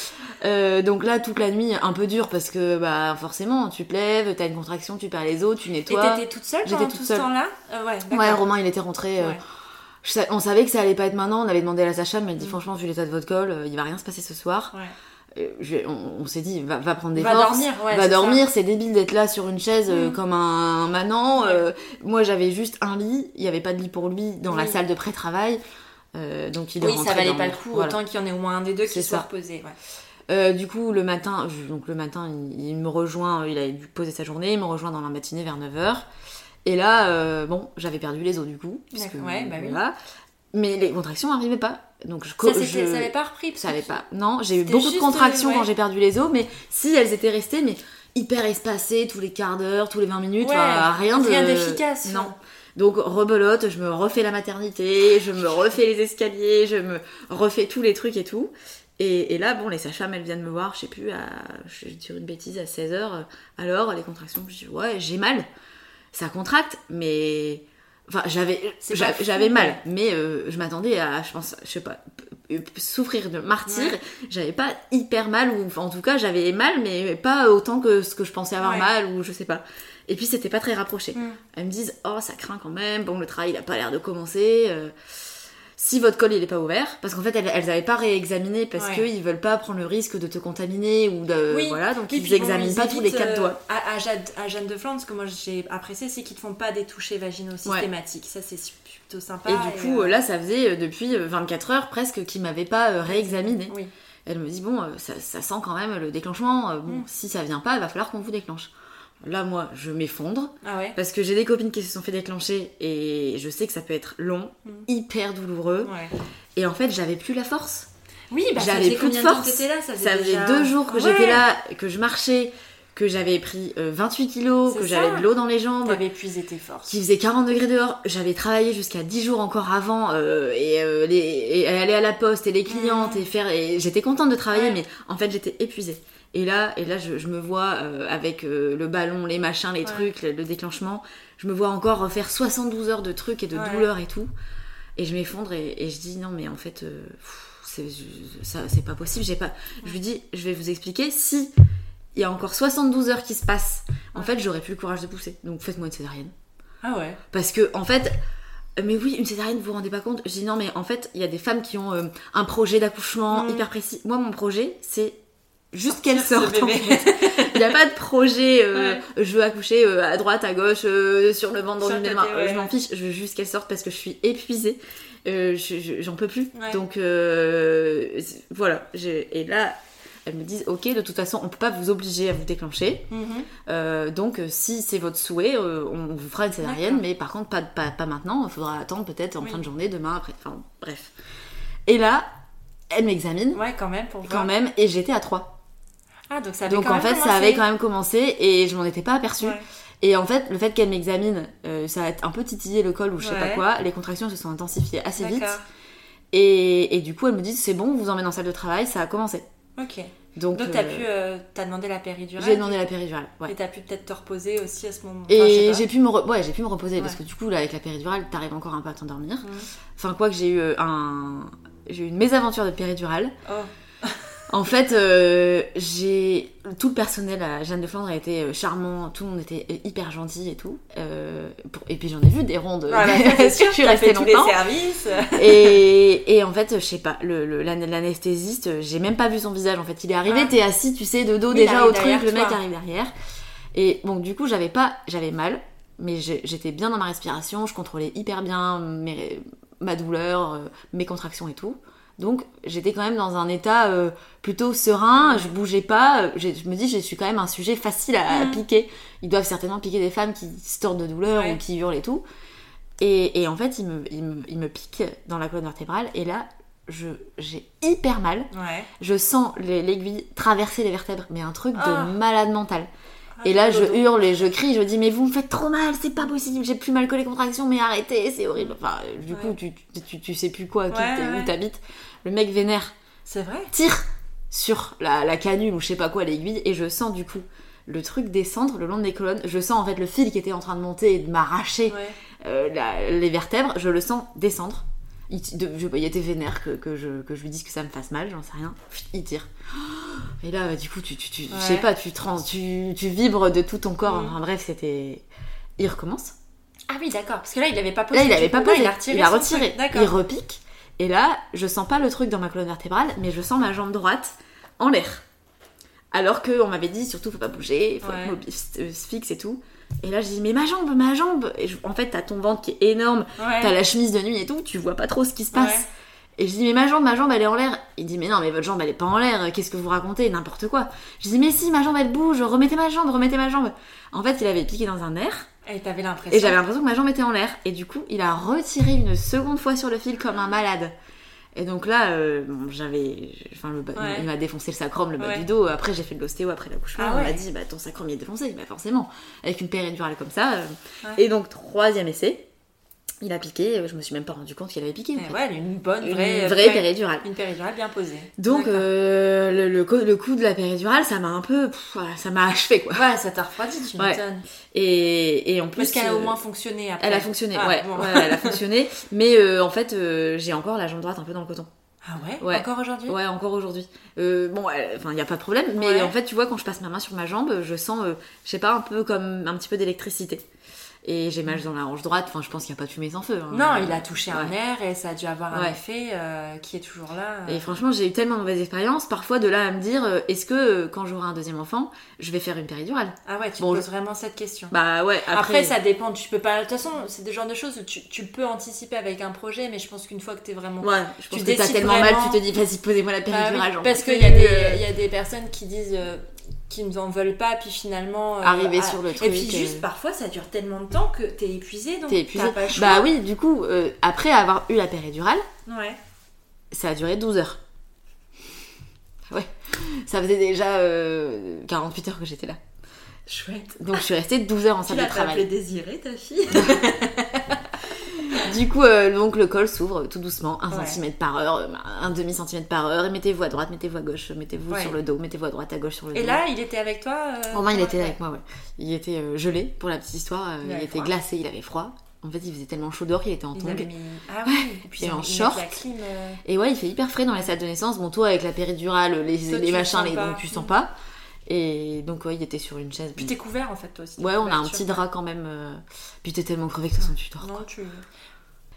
euh, donc là toute la nuit un peu dur parce que bah forcément tu te lèves, t'as une contraction, tu perds les os, tu nettoies. Et t'étais toute seule pendant J'étais toute tout seule. ce temps-là euh, Ouais. D'accord. Ouais, Romain il était rentré. Euh, ouais. On savait que ça allait pas être maintenant. On avait demandé à la sage-femme, mais elle dit mm. franchement vu l'état de votre col, euh, il va rien se passer ce soir. Ouais. Je, on, on s'est dit va, va prendre des va forces dormir, ouais, va c'est dormir ça. C'est débile d'être là sur une chaise euh, mmh. comme un, un manant euh, moi j'avais juste un lit, il n'y avait pas de lit pour lui dans oui. la salle de pré-travail euh, donc il est oui rentré ça valait dans pas le... le coup voilà. Autant qu'il y en ait au moins un des deux qui c'est soit ça. reposé ouais. euh, du coup le matin je, donc le matin il, il me rejoint, il a dû poser sa journée, il me rejoint dans la matinée vers neuf heures et là euh, bon j'avais perdu les os du coup puisque, ouais, bah oui. voilà. Mais les contractions n'arrivaient pas. Donc je, ça, je... ça n'avait pas repris. Ça n'avait pas. Non, j'ai eu beaucoup de contractions euh, ouais. quand j'ai perdu les os, mais si elles étaient restées, mais hyper espacées, tous les quarts d'heure, tous les vingt minutes, ouais, rien de. Rien d'efficace. Non. Donc rebelote, je me refais la maternité, je me refais les escaliers, je me refais tous les trucs et tout. Et, et là, bon, les sages-femmes, elles viennent me voir, je sais plus, à, je vais dire une bêtise, à seize heures. Alors, les contractions, je dis, ouais, j'ai mal. Ça contracte, mais. Enfin, j'avais, j'a, fou, j'avais mal, ouais. mais euh, je m'attendais à, je pense, je sais pas, p- p- souffrir de martyr. Ouais. J'avais pas hyper mal, ou en tout cas, j'avais mal, mais pas autant que ce que je pensais avoir ouais. mal, ou je sais pas. Et puis, c'était pas très rapproché. Mm. Elles me disent, oh, ça craint quand même, bon, le travail, il a pas l'air de commencer. Euh, si votre col, il est pas ouvert, parce qu'en fait, elles, elles avaient pas réexaminé, parce ouais. qu'ils veulent pas prendre le risque de te contaminer, ou de, oui. voilà, donc oui, ils examinent bon, pas tous les quatre doigts. Euh, à, à, Jade, à Jeanne de Flandre, ce que moi j'ai apprécié, c'est qu'ils te font pas des touchés vaginaux systématiques. Ouais. Ça, c'est plutôt sympa. Et, et du coup, euh... là, ça faisait depuis vingt-quatre heures presque qu'ils m'avaient pas réexaminé. Oui. Elle me dit, bon, ça, ça sent quand même le déclenchement. Bon, mm. si ça vient pas, il va falloir qu'on vous déclenche. Là, moi, je m'effondre. Ah ouais. Parce que j'ai des copines qui se sont fait déclencher et je sais que ça peut être long, mm. hyper douloureux. Ouais. Et en fait, j'avais plus la force. Oui, bah j'avais ça plus de force. Là, ça faisait, ça faisait déjà... deux jours que ouais. j'étais là, que je marchais, que j'avais pris euh, vingt-huit kilos, c'est que ça. J'avais de l'eau dans les jambes. T'avais épuisé tes forces. Qu'il faisait quarante degrés dehors. J'avais travaillé jusqu'à dix jours encore avant euh, et, euh, les, et aller à la poste et les clientes mmh. et faire. Et j'étais contente de travailler, ouais. mais en fait, j'étais épuisée. Et là, et là je, je me vois euh, avec euh, le ballon, les machins, les ouais. trucs, le, le déclenchement. Je me vois encore refaire soixante-douze heures de trucs et de ouais. douleurs et tout. Et je m'effondre et, et je dis non, mais en fait, euh, c'est, ça, c'est pas possible. J'ai pas... Je lui dis, je vais vous expliquer. Si il y a encore soixante-douze heures qui se passent, en ouais. fait, j'aurais plus le courage de pousser. Donc faites-moi une césarienne. Ah ouais. Parce que, en fait, mais oui, une césarienne, vous vous rendez pas compte? Je dis non, mais en fait, il y a des femmes qui ont euh, un projet d'accouchement mmh. hyper précis. Moi, mon projet, c'est juste qu'elle sorte. En fait. Il n'y a pas de projet, euh, ouais. je veux accoucher euh, à droite, à gauche, euh, sur le ventre, dans une main. Ouais. Je m'en fiche, je veux juste qu'elle sorte parce que je suis épuisée. Euh, je, je, j'en peux plus. Ouais. Donc euh, voilà. J'ai... Et là, elles me disent ok, de toute façon, on peut pas vous obliger à vous déclencher. Mm-hmm. Euh, donc si c'est votre souhait, euh, on vous fera une césarienne, D'accord. mais par contre pas, pas, pas maintenant. Il faudra attendre peut-être en oui. fin de journée, demain, après. Enfin bref. Et là, elle m'examine. Ouais, quand même pour voir. Quand même. Et j'étais à trois. Ah, donc ça avait donc quand en même fait, commencé. Ça avait quand même commencé et je m'en étais pas aperçue. Ouais. Et en fait, le fait qu'elle m'examine, euh, ça a un peu titillé le col ou je sais ouais. pas quoi. Les contractions se sont intensifiées assez D'accord. vite. Et, et du coup, elle me dit c'est bon, vous emmène en salle de travail, ça a commencé. Ok. Donc, donc t'as euh, pu, euh, t'as demandé la péridurale. J'ai demandé la péridurale. Ouais. Et t'as pu peut-être te reposer aussi à ce moment. Et enfin, j'ai pu me, re... ouais, j'ai pu me reposer ouais. parce que du coup, là, avec la péridurale, t'arrives encore un peu à t'endormir. Mmh. Enfin, quoi que j'ai eu un, j'ai eu une mésaventure de péridurale. Oh. En fait, euh, j'ai tout le personnel à Jeanne de Flandre a été charmant, tout le monde était hyper gentil et tout. Euh, pour... Et puis j'en ai vu des rondes. Voilà, c'est sûr, je suis restée longtemps. Tous les services. et, et en fait, je sais pas, le, le, l'anesthésiste, j'ai même pas vu son visage. En fait, il est arrivé, ah. t'es assis, tu sais, de dos oui, déjà au truc, le mec arrive derrière. Et bon, du coup, j'avais pas, j'avais mal, mais j'étais bien dans ma respiration, je contrôlais hyper bien mes, ma douleur, mes contractions et tout. Donc j'étais quand même dans un état euh, plutôt serein, ouais. je bougeais pas, je, je me dis je suis quand même un sujet facile à, mmh. à piquer. Ils doivent certainement piquer des femmes qui se tordent de douleur ouais. ou qui hurlent et tout. Et, et en fait, ils me, ils, me, ils me piquent dans la colonne vertébrale et là, je, j'ai hyper mal. Ouais. Je sens les, l'aiguille traverser les vertèbres, mais un truc oh. de malade mental. Ah, et là, je dodo. hurle et je crie, je dis mais vous me faites trop mal, c'est pas possible, j'ai plus mal que les contractions, mais arrêtez, c'est horrible. Enfin, du ouais. coup, tu, tu, tu sais plus quoi, qui, ouais, ouais. où t'habites. Le mec vénère. C'est vrai. Tire sur la, la canule ou je sais pas quoi, l'aiguille, et je sens du coup le truc descendre le long de mes colonnes. Je sens en fait le fil qui était en train de monter et de m'arracher ouais. euh, la, les vertèbres. Je le sens descendre. Il, de, je, il était vénère que, que, je, que je lui dise que ça me fasse mal, j'en sais rien. Il tire. Et là, bah, du coup, tu, tu, tu, ouais. je sais pas, tu, trans, tu, tu vibres de tout ton corps. Mmh. Enfin bref, c'était. Il recommence. Ah oui, d'accord. Parce que là, il avait pas posé. Là, il avait pas posé. Il a retiré. Il a retiré. Il repique. Et là, je sens pas le truc dans ma colonne vertébrale, mais je sens ma jambe droite en l'air. Alors qu'on m'avait dit, surtout, faut pas bouger, il faut ouais. être mobile, fixe et tout. Et là, je dis, mais ma jambe, ma jambe et je, en fait, t'as ton ventre qui est énorme, ouais. t'as la chemise de nuit et tout, tu vois pas trop ce qui se passe. Ouais. Et je dis, mais ma jambe, ma jambe, elle est en l'air. Il dit, mais non, mais votre jambe, elle est pas en l'air, qu'est-ce que vous racontez, n'importe quoi. Je dis, mais si, ma jambe, elle bouge, remettez ma jambe, remettez ma jambe. En fait, il avait piqué dans un nerf. Et t'avais l'impression. Et j'avais l'impression que ma jambe était en l'air. Et du coup, il a retiré une seconde fois sur le fil comme un malade. Et donc là, euh, bon, j'avais... Enfin, le bas, ouais. il m'a défoncé le sacrum, le bas ouais. du dos. Après, j'ai fait de l'ostéo après l'accouchement. Ah ouais. On m'a dit, bah, ton sacrum, il est défoncé. Bah, forcément. Avec une péridurale comme ça. Euh... Ouais. Et donc, troisième essai. Il a piqué, je me suis même pas rendu compte qu'il avait piqué. En fait. Ouais, une bonne, vraie, une vraie péridurale. Une péridurale bien posée. Donc, euh, le, le, le coup de la péridurale, ça m'a un peu. Pff, voilà, ça m'a achevé, quoi. Ouais, ça t'a refroidi, tu ouais. m'étonnes. Et, et en plus. Parce qu'elle a au moins fonctionné après. Elle a fonctionné, ah, ouais, bon. ouais. Elle a fonctionné. Mais euh, en fait, euh, j'ai encore la jambe droite un peu dans le coton. Ah ouais, ouais. Encore aujourd'hui? Ouais, encore aujourd'hui. Euh, bon, enfin, il n'y a pas de problème. Mais ouais. en fait, tu vois, quand je passe ma main sur ma jambe, je sens, euh, je sais pas, un peu comme un petit peu d'électricité. Et j'ai mal dans la hanche droite, enfin je pense qu'il n'y a pas de fumée sans feu. Hein. Non, il a touché un ouais. nerf et ça a dû avoir un ouais. effet euh, qui est toujours là. Euh... Et franchement, j'ai eu tellement de mauvaises expériences, parfois de là à me dire, euh, est-ce que euh, quand j'aurai un deuxième enfant, je vais faire une péridurale? Ah ouais, tu bon, te poses je... vraiment cette question. Bah ouais, après... Après ça dépend, tu peux pas... De toute façon, c'est des genres de choses où tu, tu peux anticiper avec un projet, mais je pense qu'une fois que t'es vraiment... Ouais, je pense tu que t'as tellement vraiment... mal, tu te dis, vas-y, posez-moi la péridurale. Bah, oui, parce qu'il y, euh... y a des personnes qui disent... Euh... qui ne en veulent pas, puis finalement... Euh, arriver à... sur le truc. Et puis juste, euh... parfois, ça dure tellement de temps que t'es épuisé, donc t'es épuisé. T'as pas le choix. Bah oui, du coup, euh, après avoir eu la péridurale, ouais. ça a duré douze heures. Ouais. Ça faisait déjà euh, quarante-huit heures que j'étais là. Chouette. Donc je suis restée douze heures en salle de travail. Tu l'as appelée Désirée, ta fille? Du coup, euh, donc le col s'ouvre tout doucement, un ouais. centimètre par heure, un demi centimètre par heure, et mettez-vous à droite, mettez-vous à gauche, mettez-vous ouais. sur le dos, mettez-vous à droite, à gauche sur le et dos. Et là, il était avec toi euh, Romain, il était avec moi, ouais. Il était euh, gelé, pour la petite histoire, euh, il, il était froid. glacé, il avait froid. En fait, il faisait tellement chaud dehors qu'il était en tongs. Mis... Ah oui, et puis et en short. Clim, euh... Et ouais, il fait hyper frais dans les salles de naissance. Bon, toi, avec la péridurale, les, toi, les machins, les, donc tu sens pas. Et donc, ouais, il était sur une chaise. Puis t'es couvert, en fait, toi aussi. Ouais, on a un petit drap quand même. Euh... Puis t'es tellement crevé que de toute façon, tu dors. Non, tu...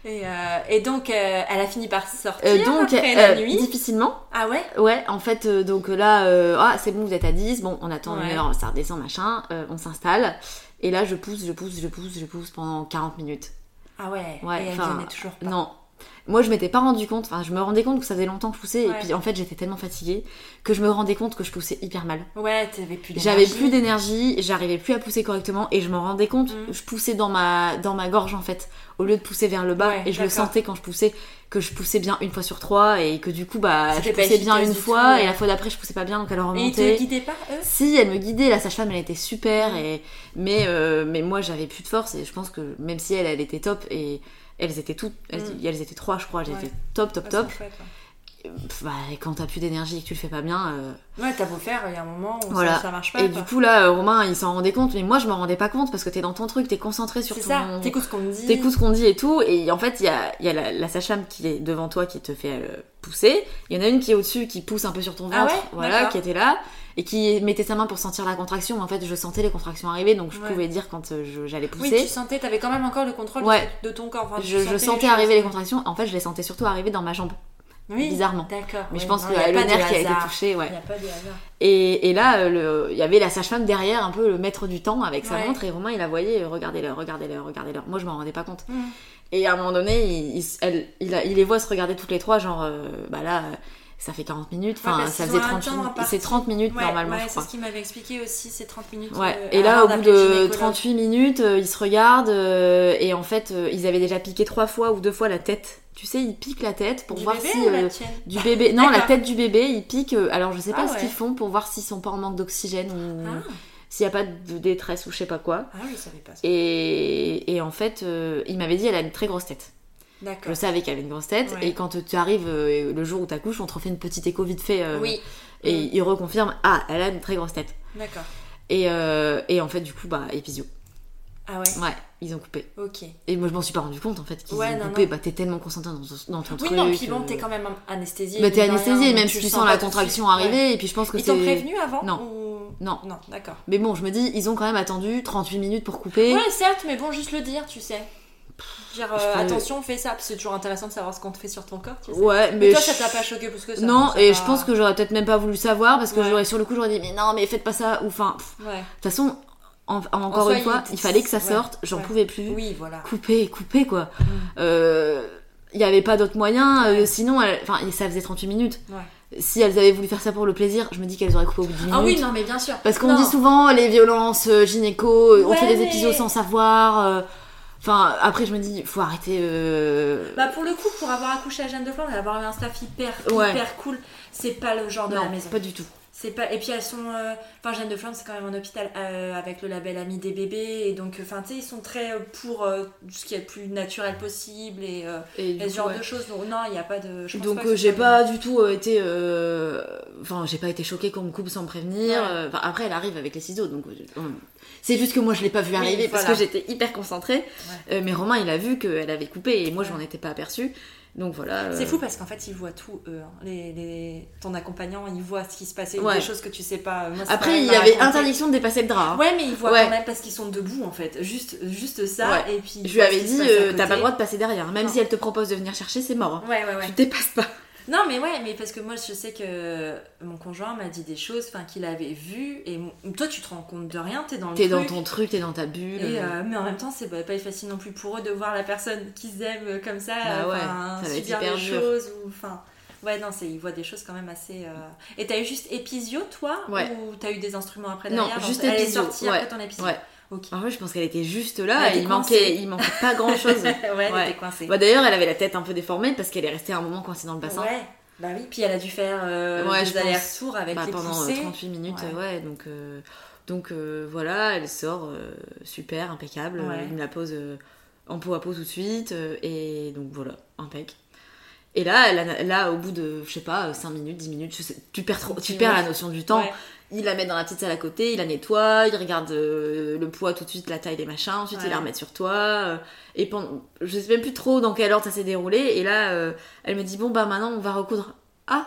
Et, euh, et donc, euh, elle a fini par sortir euh, donc, après euh, la nuit. Difficilement. Ah ouais. Ouais, en fait, euh, donc là, euh, ah, c'est bon, vous êtes à dix, bon, on attend Ouais. une heure, ça redescend, machin, euh, on s'installe. Et là, je pousse, je pousse, je pousse, je pousse pendant quarante minutes. Ah ouais, Ouais, et elle enfin, venait toujours pas. Non. Moi, je m'étais pas rendu compte, enfin, je me rendais compte que ça faisait longtemps que je poussais, Ouais. et puis en fait, j'étais tellement fatiguée que je me rendais compte que je poussais hyper mal. Ouais, t'avais plus d'énergie. J'avais plus d'énergie, j'arrivais plus à pousser correctement, et je me rendais compte, Mm. je poussais dans ma, dans ma gorge en fait, au lieu de pousser vers le bas, Ouais, et je le d'accord. sentais quand je poussais, que je poussais bien une fois sur trois, et que du coup, bah, je C'était pas poussais bien efficace une du fois, tout, ouais. et la fois d'après, je poussais pas bien, donc elle Et ils remontait. te guidaient pas, eux? Si, elle me guidait, la sage-femme, elle était super, Mm. et, mais, euh, mais moi, j'avais plus de force, et je pense que même si elle, elle était top, et elles étaient toutes, elles, Mm. elles étaient trois, je crois, elles Ouais. étaient top, top, Ouais, top. c'est chouette, ouais. Pff, bah, et quand t'as plus d'énergie et que tu le fais pas bien, euh, Ouais, t'as beau faire, il y a un moment où voilà. ça, ça marche pas. Et quoi. du coup, là, euh, Romain, il s'en rendait compte, mais moi, je m'en rendais pas compte parce que t'es dans ton truc, t'es concentré sur c'est ton. ça, t'écoutes ce qu'on me dit. T'écoutes ce qu'on dit et tout, et en fait, il y a, il y a la, la sage-femme qui est devant toi qui te fait euh, pousser. Il y en a une qui est au-dessus qui pousse un peu sur ton Ah ventre, ouais, voilà, d'accord. qui était là, et qui mettait sa main pour sentir la contraction. En fait, je sentais les contractions arriver, donc je Ouais. pouvais dire quand euh, je- j'allais Oui, pousser. tu sentais, t'avais quand même encore le contrôle Ouais. de, de ton corps. Enfin, tu je, je sentais sentais les arriver choses. les contractions. En fait, je les sentais surtout arriver dans ma jambe, Oui, bizarrement. d'accord. Mais ouais, je pense non, que y a le pas de nerf qui a été hasard. touché, ouais. Il n'y a pas de hasard. Et, et là, euh, le- il y avait la sage-femme derrière, un peu le maître du temps avec sa Ouais. montre, et Romain il la voyait, euh, regardez-le, regardez-le, regardez-le. Moi je m'en rendais pas compte. Mm. Et à un moment donné, il, il, elle- il a- il les voit se regarder toutes les trois, genre, euh, bah là, euh, ça fait quarante minutes, Ouais, enfin parce ça qu'ils faisait ont un trente temps minutes, imparti. c'est trente minutes Ouais, normalement, ouais, je c'est crois. ce qu'il m'avait expliqué aussi, c'est trente minutes. Ouais. euh, Et là, avant au bout d'appeler le de gynécologue. trente-huit minutes, euh, ils se regardent, euh, et en fait, euh, ils avaient déjà piqué trois fois ou deux fois la tête. Tu sais, ils piquent la tête pour Du voir bébé si... ou la euh, tienne du bébé. Non, la D'accord. tête du bébé, ils piquent. euh, alors, je sais pas Ah ce ouais. qu'ils font pour voir s'ils sont pas en manque d'oxygène ou Ah. s'il y a pas de détresse ou je sais pas quoi. Ah, je savais pas ça. Et, et en fait, euh, il m'avait dit elle a une très grosse tête. Je D'accord. savais qu'elle avait une grosse tête. Ouais. Et quand tu arrives euh, le jour où t'accouches, on te refait une petite écho vite fait. euh, Oui, Et Mm. il reconfirme ah, elle a une très grosse tête. d'accord. Et, euh, et en fait, du coup, bah, épisio. Ah ouais, Ouais, ils ont coupé. ok. Et moi, je m'en suis pas rendu compte en fait qu'ils Ouais, ont non, coupé. non. Bah, t'es tellement concentré dans ton, dans ton Oui, truc. non, puis bon, euh, t'es quand même anesthésié. Bah, t'es mine de anesthésié, rien, même donc si tu tu sens sens pas la tout de contraction suite. arriver. Ouais. Et puis je pense que Ils c'est. t'ont prévenu avant Non. ou... Non. Non, d'accord. Mais bon, je me dis, ils ont quand même attendu trente-huit minutes pour couper. Ouais, certes, mais bon, juste le dire, tu sais. Dire, euh, Je peux- attention, fais ça, parce que c'est toujours intéressant de savoir ce qu'on te fait sur ton corps, tu sais. Ouais, Mais, mais. toi, je- ça t'a pas choqué plus que ça. Non, ça et t'a- je pense que j'aurais peut-être même pas voulu savoir parce que Ouais. j'aurais sur le coup j'aurais dit mais non mais faites pas ça ou enfin pff. de Ouais. toute façon en- en- encore soi, une fois il- il fallait que ça ouais, sorte, j'en ouais. pouvais plus. Oui, voilà. Couper, couper quoi. Mm. Euh, il y avait pas d'autre moyen euh, Ouais. sinon elle- enfin ça faisait trente-huit minutes. Ouais. Si elles avaient voulu faire ça pour le plaisir, je me dis qu'elles auraient coupé au bout de dix minutes. Ah oui, non, mais bien sûr. Parce qu'on Non. dit souvent les violences euh, gynéco, euh, on Ouais, fait des mais- épisodes sans savoir. euh, Enfin, après, je me dis, faut arrêter. euh, Bah, pour le coup, pour avoir accouché à Jeanne de Flandre et avoir eu un staff hyper, Ouais. hyper cool, c'est pas le genre de non, la maison. pas du tout. C'est pas... Et puis elles sont... euh, Enfin, Jeanne de Flandre, c'est quand même un hôpital euh, avec le label Ami des bébés. Et donc, enfin, tu sais, ils sont très euh, pour euh, ce qui est le plus naturel possible et, euh, Et du et ce coup, genre ouais. de choses. Donc, non, il n'y a pas de... je pense Donc pas que euh, ce j'ai soit- pas du tout euh, été euh, enfin j'ai pas été choquée qu'on me coupe sans me prévenir. Ouais. Euh, enfin, après elle arrive avec les ciseaux donc euh, on- c'est juste que moi je l'ai pas vu arriver Oui, parce voilà. que j'étais hyper concentrée. Euh, mais Romain il a vu qu'elle avait coupé et moi je m'en étais pas aperçue. Donc voilà. euh, C'est fou parce qu'en fait ils voient tout eux. hein. Les, les... Ton accompagnant il voit ce qui se passait, Ouais. des choses que tu sais pas. Moi, c'est Après pareil, il y m'a avait raconté. interdiction de dépasser le drap. hein. Ouais, mais ils voient Ouais. quand même parce qu'ils sont debout en fait. Juste, juste ça Ouais. et puis. ils Je lui voient avais ce qui dit se passe à euh, côté. t'as pas le droit de passer derrière même Non. si elle te propose de venir chercher c'est mort. hein. Ouais, ouais, ouais. Tu dépasses pas. Non, mais ouais, mais parce que moi je sais que mon conjoint m'a dit des choses enfin, qu'il avait vues et mon- toi tu te rends compte de rien, t'es dans le T'es dans truc. ton truc, t'es dans ta bulle. Et, euh, mais en même temps, c'est pas pas facile non plus pour eux de voir la personne qu'ils aiment comme ça, Bah ouais, enfin, ça va être subir hyper des dur. choses. Ou, enfin, ouais, non, c'est, ils voient des choses quand même assez. euh, Et t'as eu juste épisio, toi Ouais. Ou t'as eu des instruments après Non, derrière juste Elle est épisio, sortie ouais. après ton épisio. Ouais. Ok. En vrai je pense qu'elle était juste Elle là et était il coincée. manquait, il manquait pas grand chose. ouais, elle Ouais. était coincée. Bah d'ailleurs, elle avait la tête un peu déformée parce qu'elle est restée un moment coincée dans le bassin. Ouais, bah oui. Puis elle a dû faire euh, Ouais, des je pense. allers-retours avec Bah, les pendant euh, poussées. trente-huit minutes, Ouais. euh, ouais. Donc, euh, donc euh, voilà, elle sort euh, super, impeccable. Ouais. Il me la pose euh, en peau à peau tout de suite. euh, et donc voilà, impec. Et là, elle a- là, au bout de, je sais pas, cinq minutes, dix minutes, je sais, tu perds, trop, tu Ouais. perds la notion du temps. Ouais. Il la met dans la petite salle à côté, il la nettoie, il regarde euh, le poids tout de suite, la taille des machins, ensuite Ouais. il la remet sur toi. euh, et pendant, je sais même plus trop dans quel ordre ça s'est déroulé. Et là, euh, elle me dit bon bah maintenant on va recoudre. Ah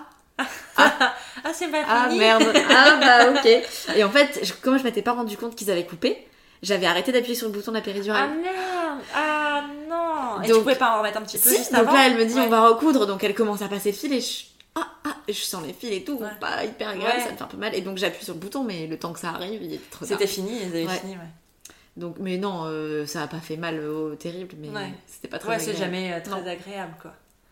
Ah, c'est pas ah fini. merde, ah bah ok. Et en fait, je, comme je m'étais pas rendu compte qu'ils avaient coupé, j'avais arrêté d'appuyer sur le bouton de la Ah péridurale. merde. Ah non. Et donc, tu pouvais pas en remettre un petit peu si, juste donc avant là elle me dit ouais. on va recoudre, donc elle commence à passer le fil et je ah ah je sens les fils et tout, ouais. pas hyper agréable, ouais. ça me fait un peu mal et donc j'appuie sur le bouton mais le temps que ça arrive il est trop tard. C'était fini, ils avaient ouais. fini ouais. Donc mais non euh, ça a pas fait mal au terrible mais ouais. c'était pas très ouais, agréable. c'est jamais euh, très non. agréable quoi.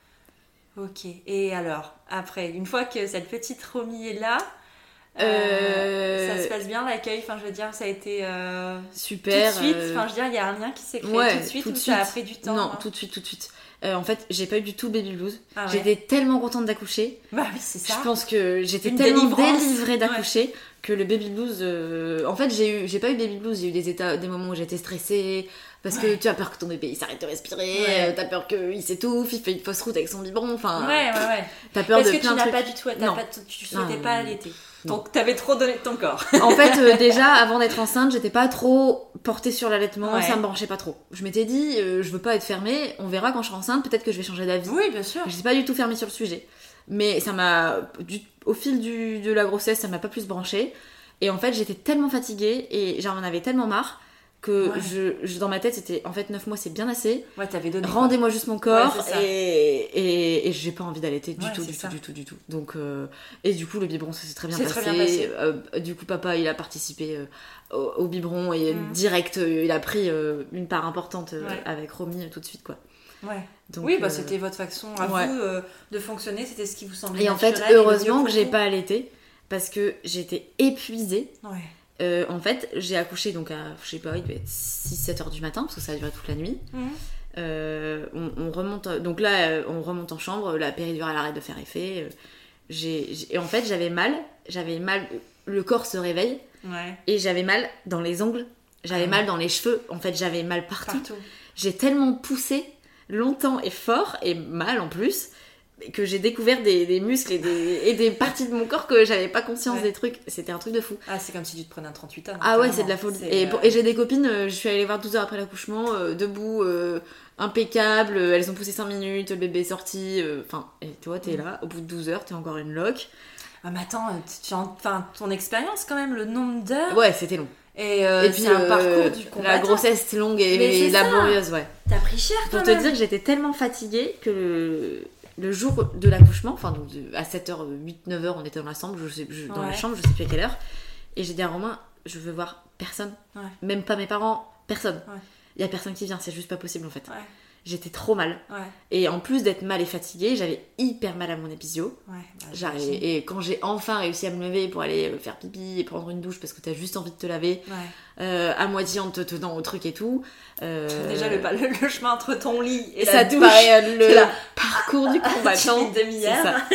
Ok, et alors après une fois que cette petite Romy est là Euh, euh... ça se passe bien l'accueil, enfin je veux dire ça a été euh... super tout de suite, euh... enfin je veux dire il y a un lien qui s'est créé ouais, tout de suite tout ou de ça suite. a pris du temps non hein. tout de suite tout de suite euh, en fait j'ai pas eu du tout baby blues ah ouais. J'étais tellement contente d'accoucher bah oui c'est ça je pense que j'étais Une tellement délivrance. délivrée d'accoucher ouais. que le baby blues euh... en fait j'ai eu j'ai pas eu baby blues j'ai eu des états des moments où j'étais stressée parce ouais. que tu as peur que ton bébé il s'arrête de respirer ouais. euh, t'as peur qu'il s'étouffe il fait une fausse route avec son biberon enfin ouais ouais ouais t'as peur parce de que plein tu de n'as trucs. pas du tout t'as pas, tu souhaitais non, pas allaiter donc t'avais trop donné de ton corps en fait euh, déjà avant d'être enceinte j'étais pas trop portée sur l'allaitement ouais. ça me branchait pas trop je m'étais dit euh, je veux pas être fermée on verra quand je serai enceinte peut-être que je vais changer d'avis oui bien sûr j'étais pas du tout fermée sur le sujet mais ça m'a du, au fil du, de la grossesse ça m'a pas plus branchée et en fait j'étais tellement fatiguée et j'en avais tellement marre que ouais. je, je, dans ma tête c'était en fait neuf mois c'est bien assez ouais, t'avais donné rendez-moi juste mon corps ouais, et, et, et j'ai pas envie d'allaiter du ouais, tout du ça. tout du tout du tout donc euh, et du coup le biberon ça s'est très bien c'est passé, très bien passé. Euh, du coup papa il a participé euh, au, au biberon et mm. direct euh, il a pris euh, une part importante euh, ouais. avec Romy euh, tout de suite quoi ouais. Donc, oui bah euh... c'était votre façon à ouais. vous euh, de fonctionner c'était ce qui vous semblait et en fait heureusement que j'ai pas allaité parce que j'étais épuisée ouais. Euh, en fait, j'ai accouché donc à, je sais pas, il devait être six sept heures du matin parce que ça a duré toute la nuit. Mmh. Euh, on, on remonte, donc là, on remonte en chambre, la péridurale arrête de faire effet. J'ai, j'ai, et en fait, j'avais mal, j'avais mal, le corps se réveille ouais. et j'avais mal dans les ongles, j'avais mmh. mal dans les cheveux. En fait, j'avais mal partout. partout. J'ai tellement poussé longtemps et fort et mal en plus. Que j'ai découvert des, des muscles et des, et des parties de mon corps que j'avais pas conscience ouais. des trucs. C'était un truc de fou. Ah, c'est comme si tu te prenais un trente-huit ans. Ah ouais, c'est de la folie. Et, euh... et j'ai des copines, euh, je suis allée les voir douze heures après l'accouchement, euh, debout, euh, impeccable, euh, elles ont poussé cinq minutes, le bébé est sorti. Enfin, euh, et toi, t'es mmh. là, au bout de douze heures, t'es encore une loque. Ah, mais attends, tu, enfin, ton expérience quand même, le nombre d'heures. Ouais, c'était long. Et, euh, et puis, c'est un euh, parcours du combattant. La grossesse longue et, et laborieuse, ouais. T'as pris cher quand Pour même. te dire que j'étais tellement fatiguée que le... Le jour de l'accouchement, enfin donc à sept heures, huit, neuf heures, on était dans la chambre, je sais, je, dans ouais. la chambre, je sais plus à quelle heure. Et j'ai dit à Romain, je veux voir personne, ouais. même pas mes parents, personne. Il ouais. y a personne qui vient, c'est juste pas possible en fait. Ouais. J'étais trop mal. Ouais. Et en plus d'être mal et fatiguée, j'avais hyper mal à mon épisio. Ouais, bah, et quand j'ai enfin réussi à me lever pour aller faire pipi et prendre une douche parce que t'as juste envie de te laver, ouais. euh, à moitié en te tenant au truc et tout. Euh... Déjà le, le, le chemin entre ton lit et ça la douche, paraît le la... parcours du combattant. Une demi-heure.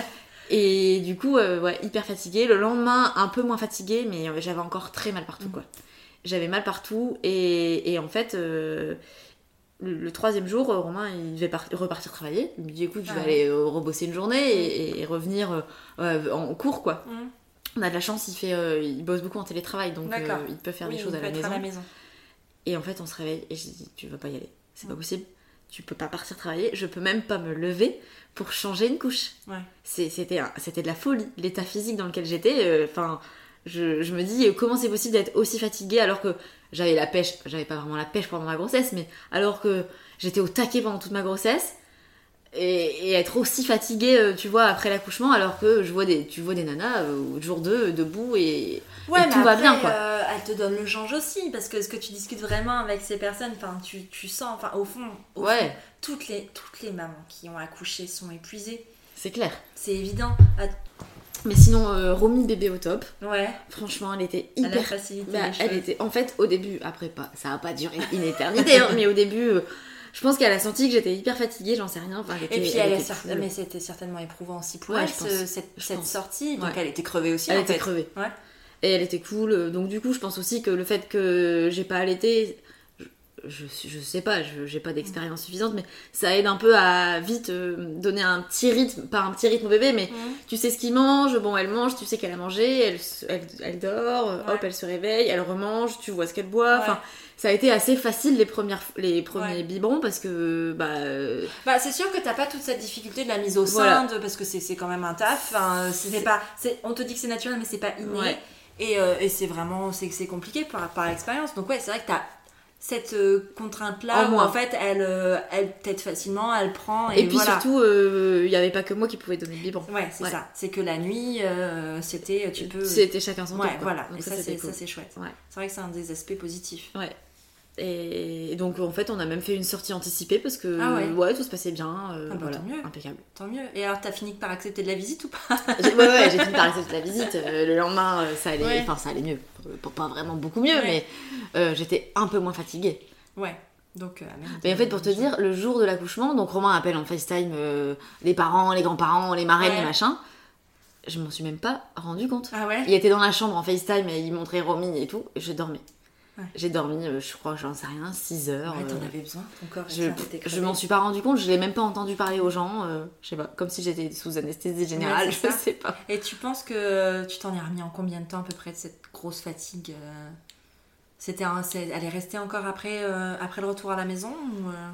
Et du coup, euh, ouais, hyper fatiguée. Le lendemain, un peu moins fatiguée, mais j'avais encore très mal partout, mmh. quoi. J'avais mal partout et, et en fait... Euh... Le, le troisième jour, Romain il devait par- repartir travailler. Il me dit écoute, je vais ah ouais. aller euh, rebosser une journée et, et revenir euh, euh, en cours quoi. Mm. On a de la chance, il fait, euh, il bosse beaucoup en télétravail donc euh, il peut faire oui, des choses à la, à la maison. Et en fait, on se réveille et je dis tu vas pas y aller, c'est mm. pas possible. Tu peux pas partir travailler, je peux même pas me lever pour changer une couche. Ouais. C'est, c'était, un, c'était de la folie, l'état physique dans lequel j'étais. Enfin, euh, je, je me dis comment c'est possible d'être aussi fatiguée alors que j'avais la pêche, j'avais pas vraiment la pêche pendant ma grossesse, mais alors que j'étais au taquet pendant toute ma grossesse, et, et être aussi fatiguée, tu vois, après l'accouchement, alors que je vois des, tu vois des nanas au jour deux, debout, et, ouais, et tout va après, bien, quoi. Euh, elle te donne le change aussi, parce que ce que tu discutes vraiment avec ces personnes, enfin, tu, tu sens, enfin, au fond, au ouais. fond toutes, les, toutes les mamans qui ont accouché sont épuisées. C'est clair. C'est évident. À... Mais sinon, euh, Romy bébé au top. Ouais. Franchement, elle était hyper. Elle a facilité bah, les choses. Elle était, en fait, au début, après pas, ça a pas duré une éternité, hein, mais au début, euh, je pense qu'elle a senti que j'étais hyper fatiguée, j'en sais rien. Enfin, elle était, et puis, elle elle était cer- mais c'était certainement éprouvant aussi pour ouais, elle, je pense. ce, cette, je cette pense. sortie. Donc, ouais. elle était crevée aussi. Elle en était fait. crevée. Ouais. Et elle était cool. Donc, du coup, je pense aussi que le fait que j'ai pas allaité. Je, je sais pas, je, j'ai pas d'expérience suffisante, mais ça aide un peu à vite euh, donner un petit rythme, pas un petit rythme au bébé, mais mmh. tu sais ce qu'il mange, bon elle mange, tu sais qu'elle a mangé, elle, elle, elle dort, ouais. hop elle se réveille, elle remange, tu vois ce qu'elle boit, enfin ouais. ça a été assez facile les, premières, les premiers ouais. biberons parce que bah, euh... bah c'est sûr que t'as pas toute cette difficulté de la mise au sein, voilà. de, parce que c'est, c'est quand même un taf, enfin, c'est c'est... Pas, c'est, on te dit que c'est naturel mais c'est pas inné, ouais. et, euh, et c'est vraiment c'est, c'est compliqué par, par expérience, donc ouais c'est vrai que t'as cette euh, contrainte-là, En où moins. en fait, elle, euh, elle tète facilement, elle prend, et, Et puis voilà. surtout, il euh, n'y avait pas que moi qui pouvais donner le biberon. Ouais, c'est Ouais. ça. C'est que la nuit, euh, c'était, tu peux... C'était chacun son tour. Ouais, quoi. voilà. Donc Et ça, ça, c'est, c'était cool. ça, c'est chouette. Ouais. C'est vrai que c'est un des aspects positifs. Ouais. Et donc en fait, on a même fait une sortie anticipée parce que Ah ouais. ouais, tout se passait bien. Euh, Ah bah, voilà, tant mieux. impeccable. Tant mieux. Et alors, t'as fini par accepter de la visite ou pas? J'ai, ouais, ouais, j'ai fini par accepter la visite. Euh, le lendemain, euh, ça allait, Ouais. enfin ça allait mieux. Pas, pas vraiment beaucoup mieux, Ouais. mais euh, j'étais un peu moins fatiguée. Ouais. Donc, euh, même Mais en fait, pour te dire, le jour de l'accouchement, donc Romain appelle en FaceTime euh, les parents, les grands-parents, les marraines, Ouais. les machins. Je m'en suis même pas rendu compte. Ah ouais? Il était dans la chambre en FaceTime et il montrait Romy et tout. Et je dormais. Ouais. J'ai dormi, euh, je crois, j'en sais rien, six heures. Ouais, t'en euh, avais besoin. Ton corps, Je, tiens, t'étais je crevé. m'en suis pas rendu compte, je l'ai même pas entendu parler aux gens, euh, je sais pas, comme si j'étais sous anesthésie générale, Ouais, c'est je ça. sais pas. Et tu penses que tu t'en es remis en combien de temps à peu près de cette grosse fatigue euh, C'était un, c'est, elle est restée encore après, euh, après le retour à la maison ou, euh...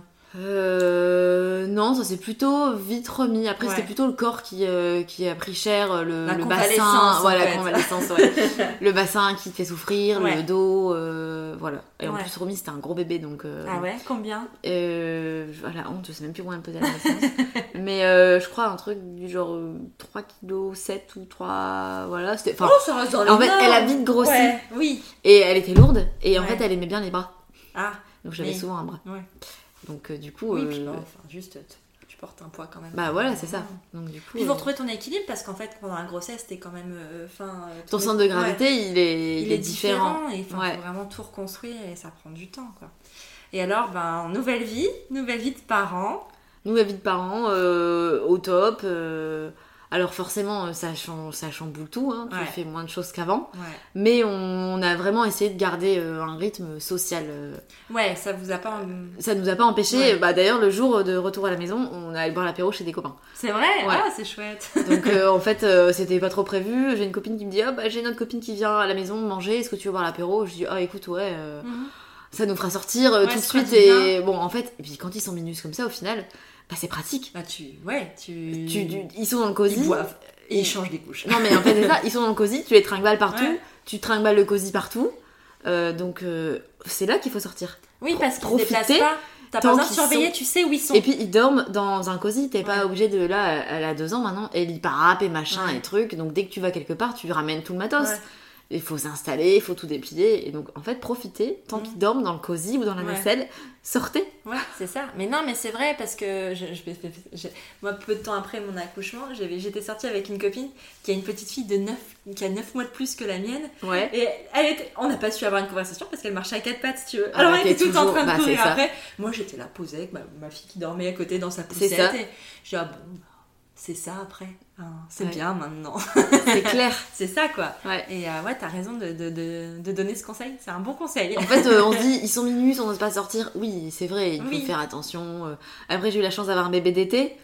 Euh, non, ça s'est plutôt vite remis. Après, Ouais. c'était plutôt le corps qui, euh, qui a pris cher, le, La le convalescence, bassin, en voilà, fait. la convalescence, ouais. Le bassin qui te fait souffrir, Ouais. le dos, euh, voilà. Et en Ouais. plus, Romy, c'était un gros bébé, donc. Euh, Ah ouais, combien? euh, voilà, honte, je sais même plus combien elle pesait à la naissance. Mais euh, je crois un truc du genre euh, trois virgule sept kilos ou trois. Voilà, c'était. Enfin, Oh, ça reste dans les en fait, normes. elle a vite grossi. Ouais, oui. Et elle était lourde, et en Ouais. fait, elle aimait bien les bras. Ah, Donc j'avais Mais- souvent un bras. ouais. Donc euh, du coup. Oui, euh, puis bon, enfin, juste, tu, tu portes un poids quand même. Bah voilà, c'est ça. Donc du coup. Puis vous euh, retrouvez ton équilibre parce qu'en fait, pendant la grossesse, t'es quand même. euh, fin, euh, Ton tous centre les- de gravité, Ouais. il est, Il est différent, et il faut Ouais. vraiment tout reconstruire et ça prend du temps, quoi. Et alors, ben, nouvelle vie, nouvelle vie de parents. Nous, la vie de parents, euh, au top. euh, Alors forcément, ça, change, ça chamboule tout. Hein, tu Ouais. fais moins de choses qu'avant. Ouais. Mais on, on a vraiment essayé de garder euh, un rythme social. euh. Ouais, ça vous a pas. Ça nous a pas empêché. Ouais. Bah, d'ailleurs, le jour de retour à la maison, on allait boire l'apéro chez des copains. C'est vrai? Ouais. Ah, c'est chouette. Donc euh, en fait, euh, c'était pas trop prévu. J'ai une copine qui me dit ah, bah, j'ai une autre copine qui vient à la maison manger. Est-ce que tu veux boire l'apéro? Je dis ah, écoute, ouais. euh, Mhm. Ça nous fera sortir euh, Ouais, tout de ça fera suite. du Et bon, en fait, et puis quand ils sont minus comme ça, au final, bah, c'est pratique. Bah, tu. Ouais, tu. Tu, tu- ils sont dans le cosy. Ils boivent et ils changent des couches. Non, mais en fait, c'est ça. Ils sont dans le cosy. Tu les tringballes partout. Ouais. Tu tringballes le cosy partout. Euh, donc, euh, c'est là qu'il faut sortir. Oui, parce qu'ils se Profiter déplacent pas. T'as tant pas besoin de qu'ils surveiller, sont- tu sais où ils sont. Et puis, ils dorment dans un cosy. T'es pas Ouais. obligé de. Là, elle a deux ans maintenant. Elle y parape et machin Ouais. et trucs. Donc, dès que tu vas quelque part, tu ramènes tout le matos. Ouais. Il faut s'installer, il faut tout déplier. Et donc, en fait, profitez. Tant Mm. qu'ils dorment dans le cosy ou dans la Ouais. nacelle, sortez. Ouais, c'est ça. Mais non, mais c'est vrai parce que je, je, je- moi, peu de temps après mon accouchement, j'avais, j'étais sortie avec une copine qui a une petite fille de neuf, qui a neuf mois de plus que la mienne. Ouais. Et elle était, on n'a pas su avoir une conversation parce qu'elle marchait à quatre pattes, si tu veux. Ah, Alors bah, elle était t'es tout le temps en toujours- train de bah, courir c'est ça. après. Moi, j'étais là posée avec ma, ma fille qui dormait à côté dans sa C'est poussette. ça. Et je dis, ah bon, bah, c'est ça après. Hein, c'est Ouais. bien maintenant. C'est clair. C'est ça, quoi. Ouais. Et euh, ouais, t'as raison de, de, de, de donner ce conseil. C'est un bon conseil. En fait, euh, on se dit, ils sont minus, on n'ose pas sortir. Oui, c'est vrai, il faut Oui. faire attention. euh. Après, j'ai eu la chance d'avoir un bébé d'été.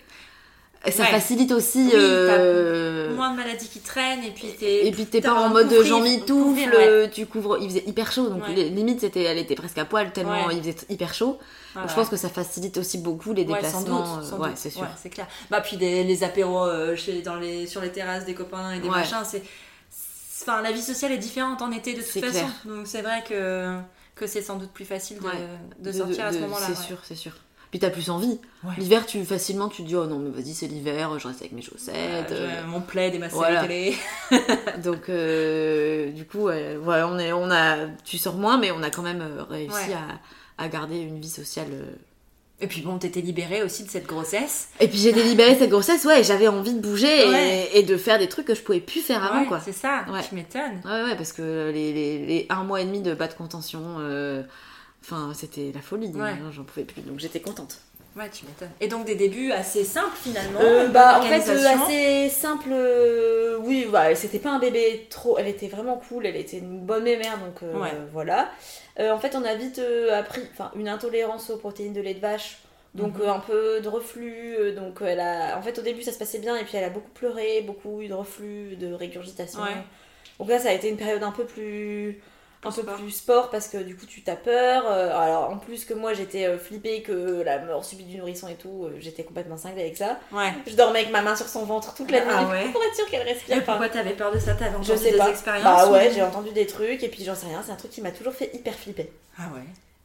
Ça Ouais. facilite aussi. Oui, euh, Moins de maladies qui traînent et puis t'es. Et puis t'es t'as pas en un mode couvrir- j'en mitoufle, couvrir, ouais. tu couvres. Il faisait hyper chaud, donc Ouais. les- limite c'était, elle était presque à poil tellement Ouais. il faisait hyper chaud. Ouais, Donc, je ouais. pense que ça facilite aussi beaucoup les Ouais, sans déplacements. doute, euh, sans ouais, doute. c'est sûr. Ouais, c'est clair. Bah puis des, les apéros euh, chez, dans les, sur les terrasses des copains et des Ouais. machins, c'est, c'est- enfin la vie sociale est différente en été de toute C'est façon. clair. Donc c'est vrai que que c'est sans doute plus facile de, Ouais. de sortir à ce de- moment-là. C'est ouais. sûr, c'est sûr. Puis t'as plus envie. Ouais. L'hiver, tu facilement tu te dis oh non mais vas-y c'est l'hiver, je reste avec mes Euh, chaussettes. j'ai euh, mon plaid et ma série voilà. télé. Donc euh, du coup, ouais, voilà, on est, on a, tu sors moins, mais on a quand même euh, réussi Ouais. à, à garder une vie sociale. euh. Et puis bon, t'étais libérée aussi de cette grossesse. Et puis j'ai délibéré cette grossesse, ouais, et j'avais envie de bouger Ouais. et, et de faire des trucs que je pouvais plus faire avant, Ouais, quoi. c'est ça. Ouais. Tu m'étonnes. Ouais, ouais, parce que les, les, les un mois et demi de pas de contention, euh, enfin, c'était la folie, Ouais. hein, j'en pouvais plus, donc j'étais contente. Ouais, tu m'étonnes. Et donc des débuts assez simples finalement. Euh, une bah, bonne en fait, euh, organisation. assez simple. euh, oui, bah, c'était pas un bébé trop. Elle était vraiment cool, elle était une bonne mémère, donc euh, Ouais. voilà. Euh, en fait, on a vite euh, appris enfin, une intolérance aux protéines de lait de vache, donc Mhm. euh, un peu de reflux. euh, donc elle a. En fait, au début, ça se passait bien, et puis elle a beaucoup pleuré, beaucoup eu de reflux, de régurgitation. Ouais. Donc là, ça a été une période un peu plus. Un peu Sport. plus sport parce que du coup tu t'as peur. Euh, alors en plus que moi j'étais euh, flippée que la mort subite du nourrisson et tout, euh, j'étais complètement cinglée avec ça. Ouais. Je dormais avec ma main sur son ventre toute la nuit Ah ouais. pour être sûre qu'elle respire Et pas. pourquoi t'avais peur de ça? T'avais entendu Je sais des pas. expériences Bah ou- ouais, j'ai entendu des trucs et puis j'en sais rien, c'est un truc qui m'a toujours fait hyper flipper. Ah ouais.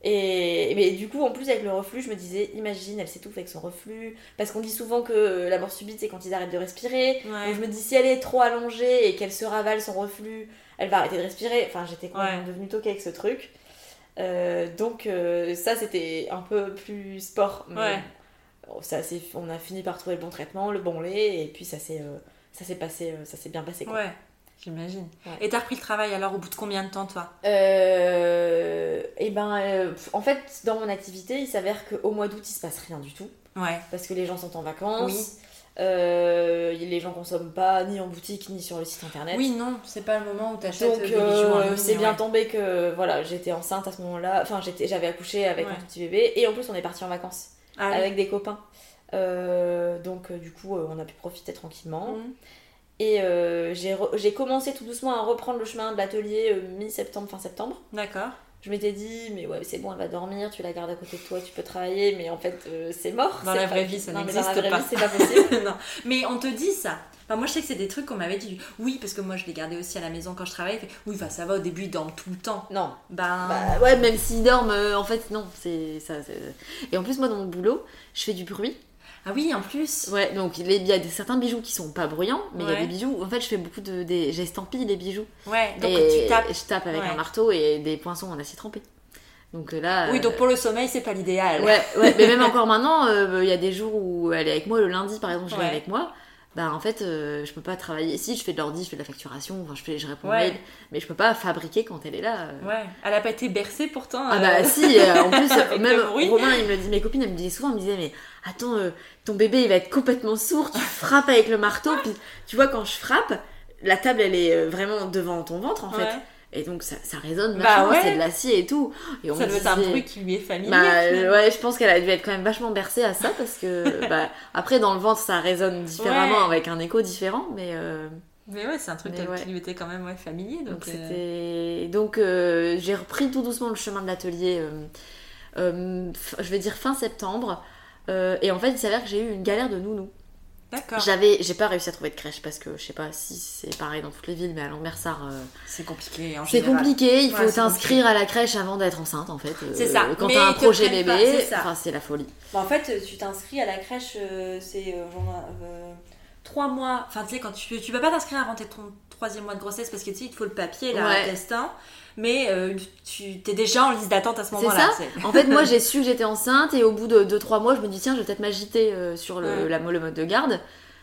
Et mais du coup, en plus, avec le reflux, je me disais, imagine, elle s'étouffe avec son reflux. Parce qu'on dit souvent que la mort subite, c'est quand ils arrêtent de respirer. Ouais. Donc je me dis, si elle est trop allongée et qu'elle se ravale son reflux, elle va arrêter de respirer. Enfin, j'étais quand même Ouais. devenue toquée avec ce truc. Euh, donc euh, ça, c'était un peu plus sport. Mais Ouais. bon, ça, c'est, on a fini par trouver le bon traitement, le bon lait, et puis ça s'est, euh, ça s'est, passé, euh, ça s'est bien passé. Quoi. Ouais, j'imagine. Ouais. Et t'as repris le travail alors au bout de combien de temps, toi? Euh, et ben, euh, en fait, dans mon activité, il s'avère qu'au mois d'août, il se passe rien du tout. Ouais. Parce que les gens sont en vacances. Oui. Euh, les gens consomment pas ni en boutique ni sur le site internet. Oui, non, c'est pas le moment où t'achètes Donc des bijoux en euh, ligne, c'est bien ouais. tombé que voilà, j'étais enceinte à ce moment-là. Enfin, j'étais, j'avais accouché avec Ouais. un tout petit bébé. Et en plus, on est parti en vacances Ah, oui. avec des copains. Euh, donc euh, du coup, euh, on a pu profiter tranquillement. Mhm. Et euh, j'ai, re- j'ai commencé tout doucement à reprendre le chemin de l'atelier euh, mi-septembre, fin septembre. D'accord. Je m'étais dit, mais ouais, c'est bon, elle va dormir, tu la gardes à côté de toi, tu peux travailler, mais en fait, euh, c'est mort. Dans c'est la pas- vraie vie, ça non, mais n'existe dans la vraie pas. vie, c'est pas possible. Non, mais on te dit ça. Enfin, moi, je sais que c'est des trucs qu'on m'avait dit. Oui, parce que moi, je l'ai gardé aussi à la maison quand je travaillais. Fait, oui, bah, ça va, au début, ils dorment tout le temps. Non. Ben. Bah ouais, même s'ils dorment, euh, en fait, non, c'est ça. c'est- Et en plus, moi, dans mon boulot, je fais du bruit. Ah oui, en plus. Ouais, donc il y a des, certains bijoux qui sont pas bruyants, mais il y a Ouais. des bijoux. En fait, je fais beaucoup de. Des, j'estampille les bijoux. Ouais, donc et tu tapes. je tape avec Ouais. un marteau et des poinçons en acier trempé. Donc euh, là. Oui, euh, donc pour le sommeil, c'est pas l'idéal. Ouais, ouais, mais même encore maintenant, euh, il y a des jours où elle est avec moi, le lundi par exemple, je l'ai Ouais. avec moi. Bah en fait, euh, je peux pas travailler. Si, je fais de l'ordi, je fais de la facturation, enfin, je, fais, je réponds aux Ouais. mails, mais je peux pas fabriquer quand elle est là. euh. Ouais, elle a pas été bercée pourtant. Ah euh, bah si, euh, en plus, avec même le bruit. Romain, il me le dit, mes copines, elles me disaient souvent, elles me disaient, mais attends, euh, ton bébé, il va être complètement sourd, tu frappes avec le marteau, puis tu vois, quand je frappe, la table, elle est euh, vraiment devant ton ventre, en fait. Ouais. Et donc, ça, ça résonne Bah vachement, ouais. c'est de l'acier et tout. Et on Ça me doit être un disait- bruit qui lui est familier. Bah euh, finalement. ouais, je pense qu'elle a dû être quand même vachement bercée à ça, parce que, bah, après, dans le ventre, ça résonne différemment, Ouais. avec un écho différent, mais... euh, Mais ouais, c'est un truc Mais qui ouais. lui était quand même ouais, familier. Donc, Donc euh, c'était donc euh, j'ai repris tout doucement le chemin de l'atelier. euh, euh, f- je vais dire fin septembre. Euh, et en fait, il s'avère que j'ai eu une galère de nounou. D'accord. J'avais, j'ai pas réussi à trouver de crèche parce que je sais pas si c'est pareil dans toutes les villes, mais à Lambersart, euh, C'est compliqué en c'est général. compliqué. Il faut Ouais, c'est t'inscrire à la crèche avant d'être enceinte, en fait. euh, C'est ça. Quand Mais t'as un ils te projet prennent bébé, pas, c'est ça. enfin c'est la folie. Bon, en fait, tu t'inscris à la crèche, euh, c'est euh, genre euh, trois mois. Enfin, tu sais, quand tu, tu peux pas t'inscrire avant ton troisième mois de grossesse parce que tu sais, il te faut le papier, là, Ouais. le testin. Mais euh, tu t'es déjà en liste d'attente à ce C'est moment-là. ça. tu sais. En fait, moi, j'ai su que j'étais enceinte et au bout de deux trois mois, je me dis tiens, je vais peut-être m'agiter euh, sur le, Ouais. la, le mode de garde.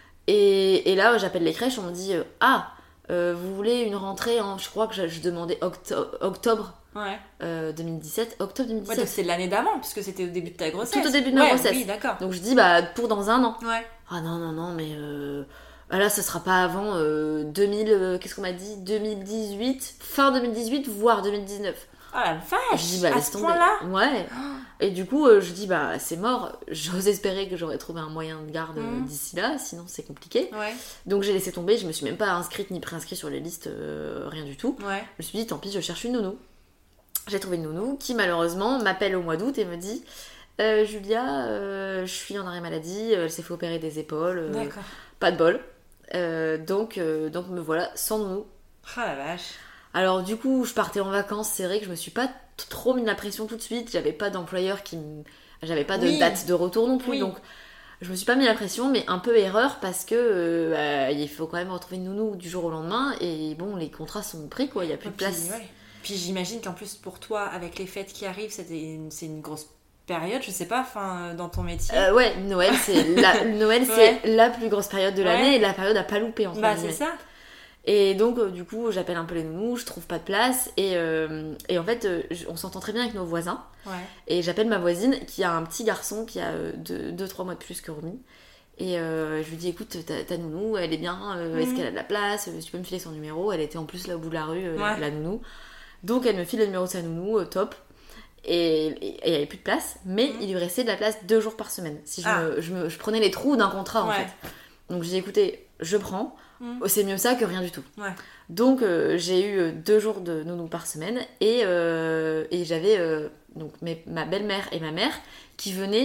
Et, et là, j'appelle les crèches, on me dit euh, ah, euh, vous voulez une rentrée en, je crois que je, je demandais octo- octobre Ouais. euh, deux mille dix-sept, octobre deux mille Ouais, dix-sept. donc c'est l'année d'avant, puisque c'était au début de ta grossesse. Tout au début de ma Ouais, grossesse. Oui, d'accord. Donc je dis bah pour dans un an. Ouais. Ah non non non mais euh, ah là, ça sera pas avant euh, deux mille, euh, qu'est-ce qu'on m'a dit, deux mille dix-huit, fin deux mille dix-huit, voire deux mille dix-neuf. Oh la vache. Je dis bah à laisse ce tomber. point-là. Ouais. Et du coup, euh, je dis bah c'est mort. J'ose espérer que j'aurais trouvé un moyen de garde euh, Mhm. d'ici là, sinon c'est compliqué. Ouais. Donc j'ai laissé tomber. Je me suis même pas inscrite ni préinscrite sur les listes, euh, rien du tout. Ouais. Je me suis dit tant pis, je cherche une nounou. J'ai trouvé une nounou qui malheureusement m'appelle au mois d'août et me dit euh, Julia, euh, je suis en arrêt maladie. Elle s'est fait opérer des épaules. euh, D'accord. pas de bol. Euh, donc euh, donc me voilà sans nounou. Oh la vache. Alors du coup, je partais en vacances, c'est vrai que je me suis pas t- trop mis la pression tout de suite, j'avais pas d'employeur qui me... J'avais pas de Oui. date de retour non plus, Oui. donc je me suis pas mis la pression, mais un peu erreur parce que euh, bah, il faut quand même retrouver une nounou du jour au lendemain, et bon, les contrats sont pris quoi, il y a plus de Puis, place. ouais. Puis j'imagine qu'en plus pour toi, avec les fêtes qui arrivent, c'est une, c'est une grosse période, je sais pas, enfin dans ton métier. Euh, ouais, Noël c'est la, Noël, Ouais. c'est la plus grosse période de l'année Ouais. et la période à pas louper entre bah c'est guillemets. ça. Et donc, euh, du coup, j'appelle un peu les nounous, je trouve pas de place. Et, euh, et en fait, euh, j- on s'entend très bien avec nos voisins. Ouais. Et j'appelle ma voisine qui a un petit garçon qui a deux trois mois de plus que Romy. Et euh, je lui dis écoute, ta, ta nounou, elle est bien, euh, est-ce Mhm. qu'elle a de la place? Tu peux me filer son numéro? Elle était en plus là au bout de la rue, euh, la, Ouais. la nounou. Donc elle me file le numéro de sa nounou, euh, top. Et et- et il n'y avait plus de place, mais Mhm. il lui restait de la place deux jours par semaine. Si je, Ah. me, je, me- je prenais les trous d'un contrat en Ouais. fait. Donc j'ai dit écoutez, je prends, Mhm. c'est mieux ça que rien du tout. Ouais. Donc euh, j'ai eu euh, deux jours de nounou par semaine et, euh, et j'avais euh, donc mes- ma belle-mère et ma mère qui venaient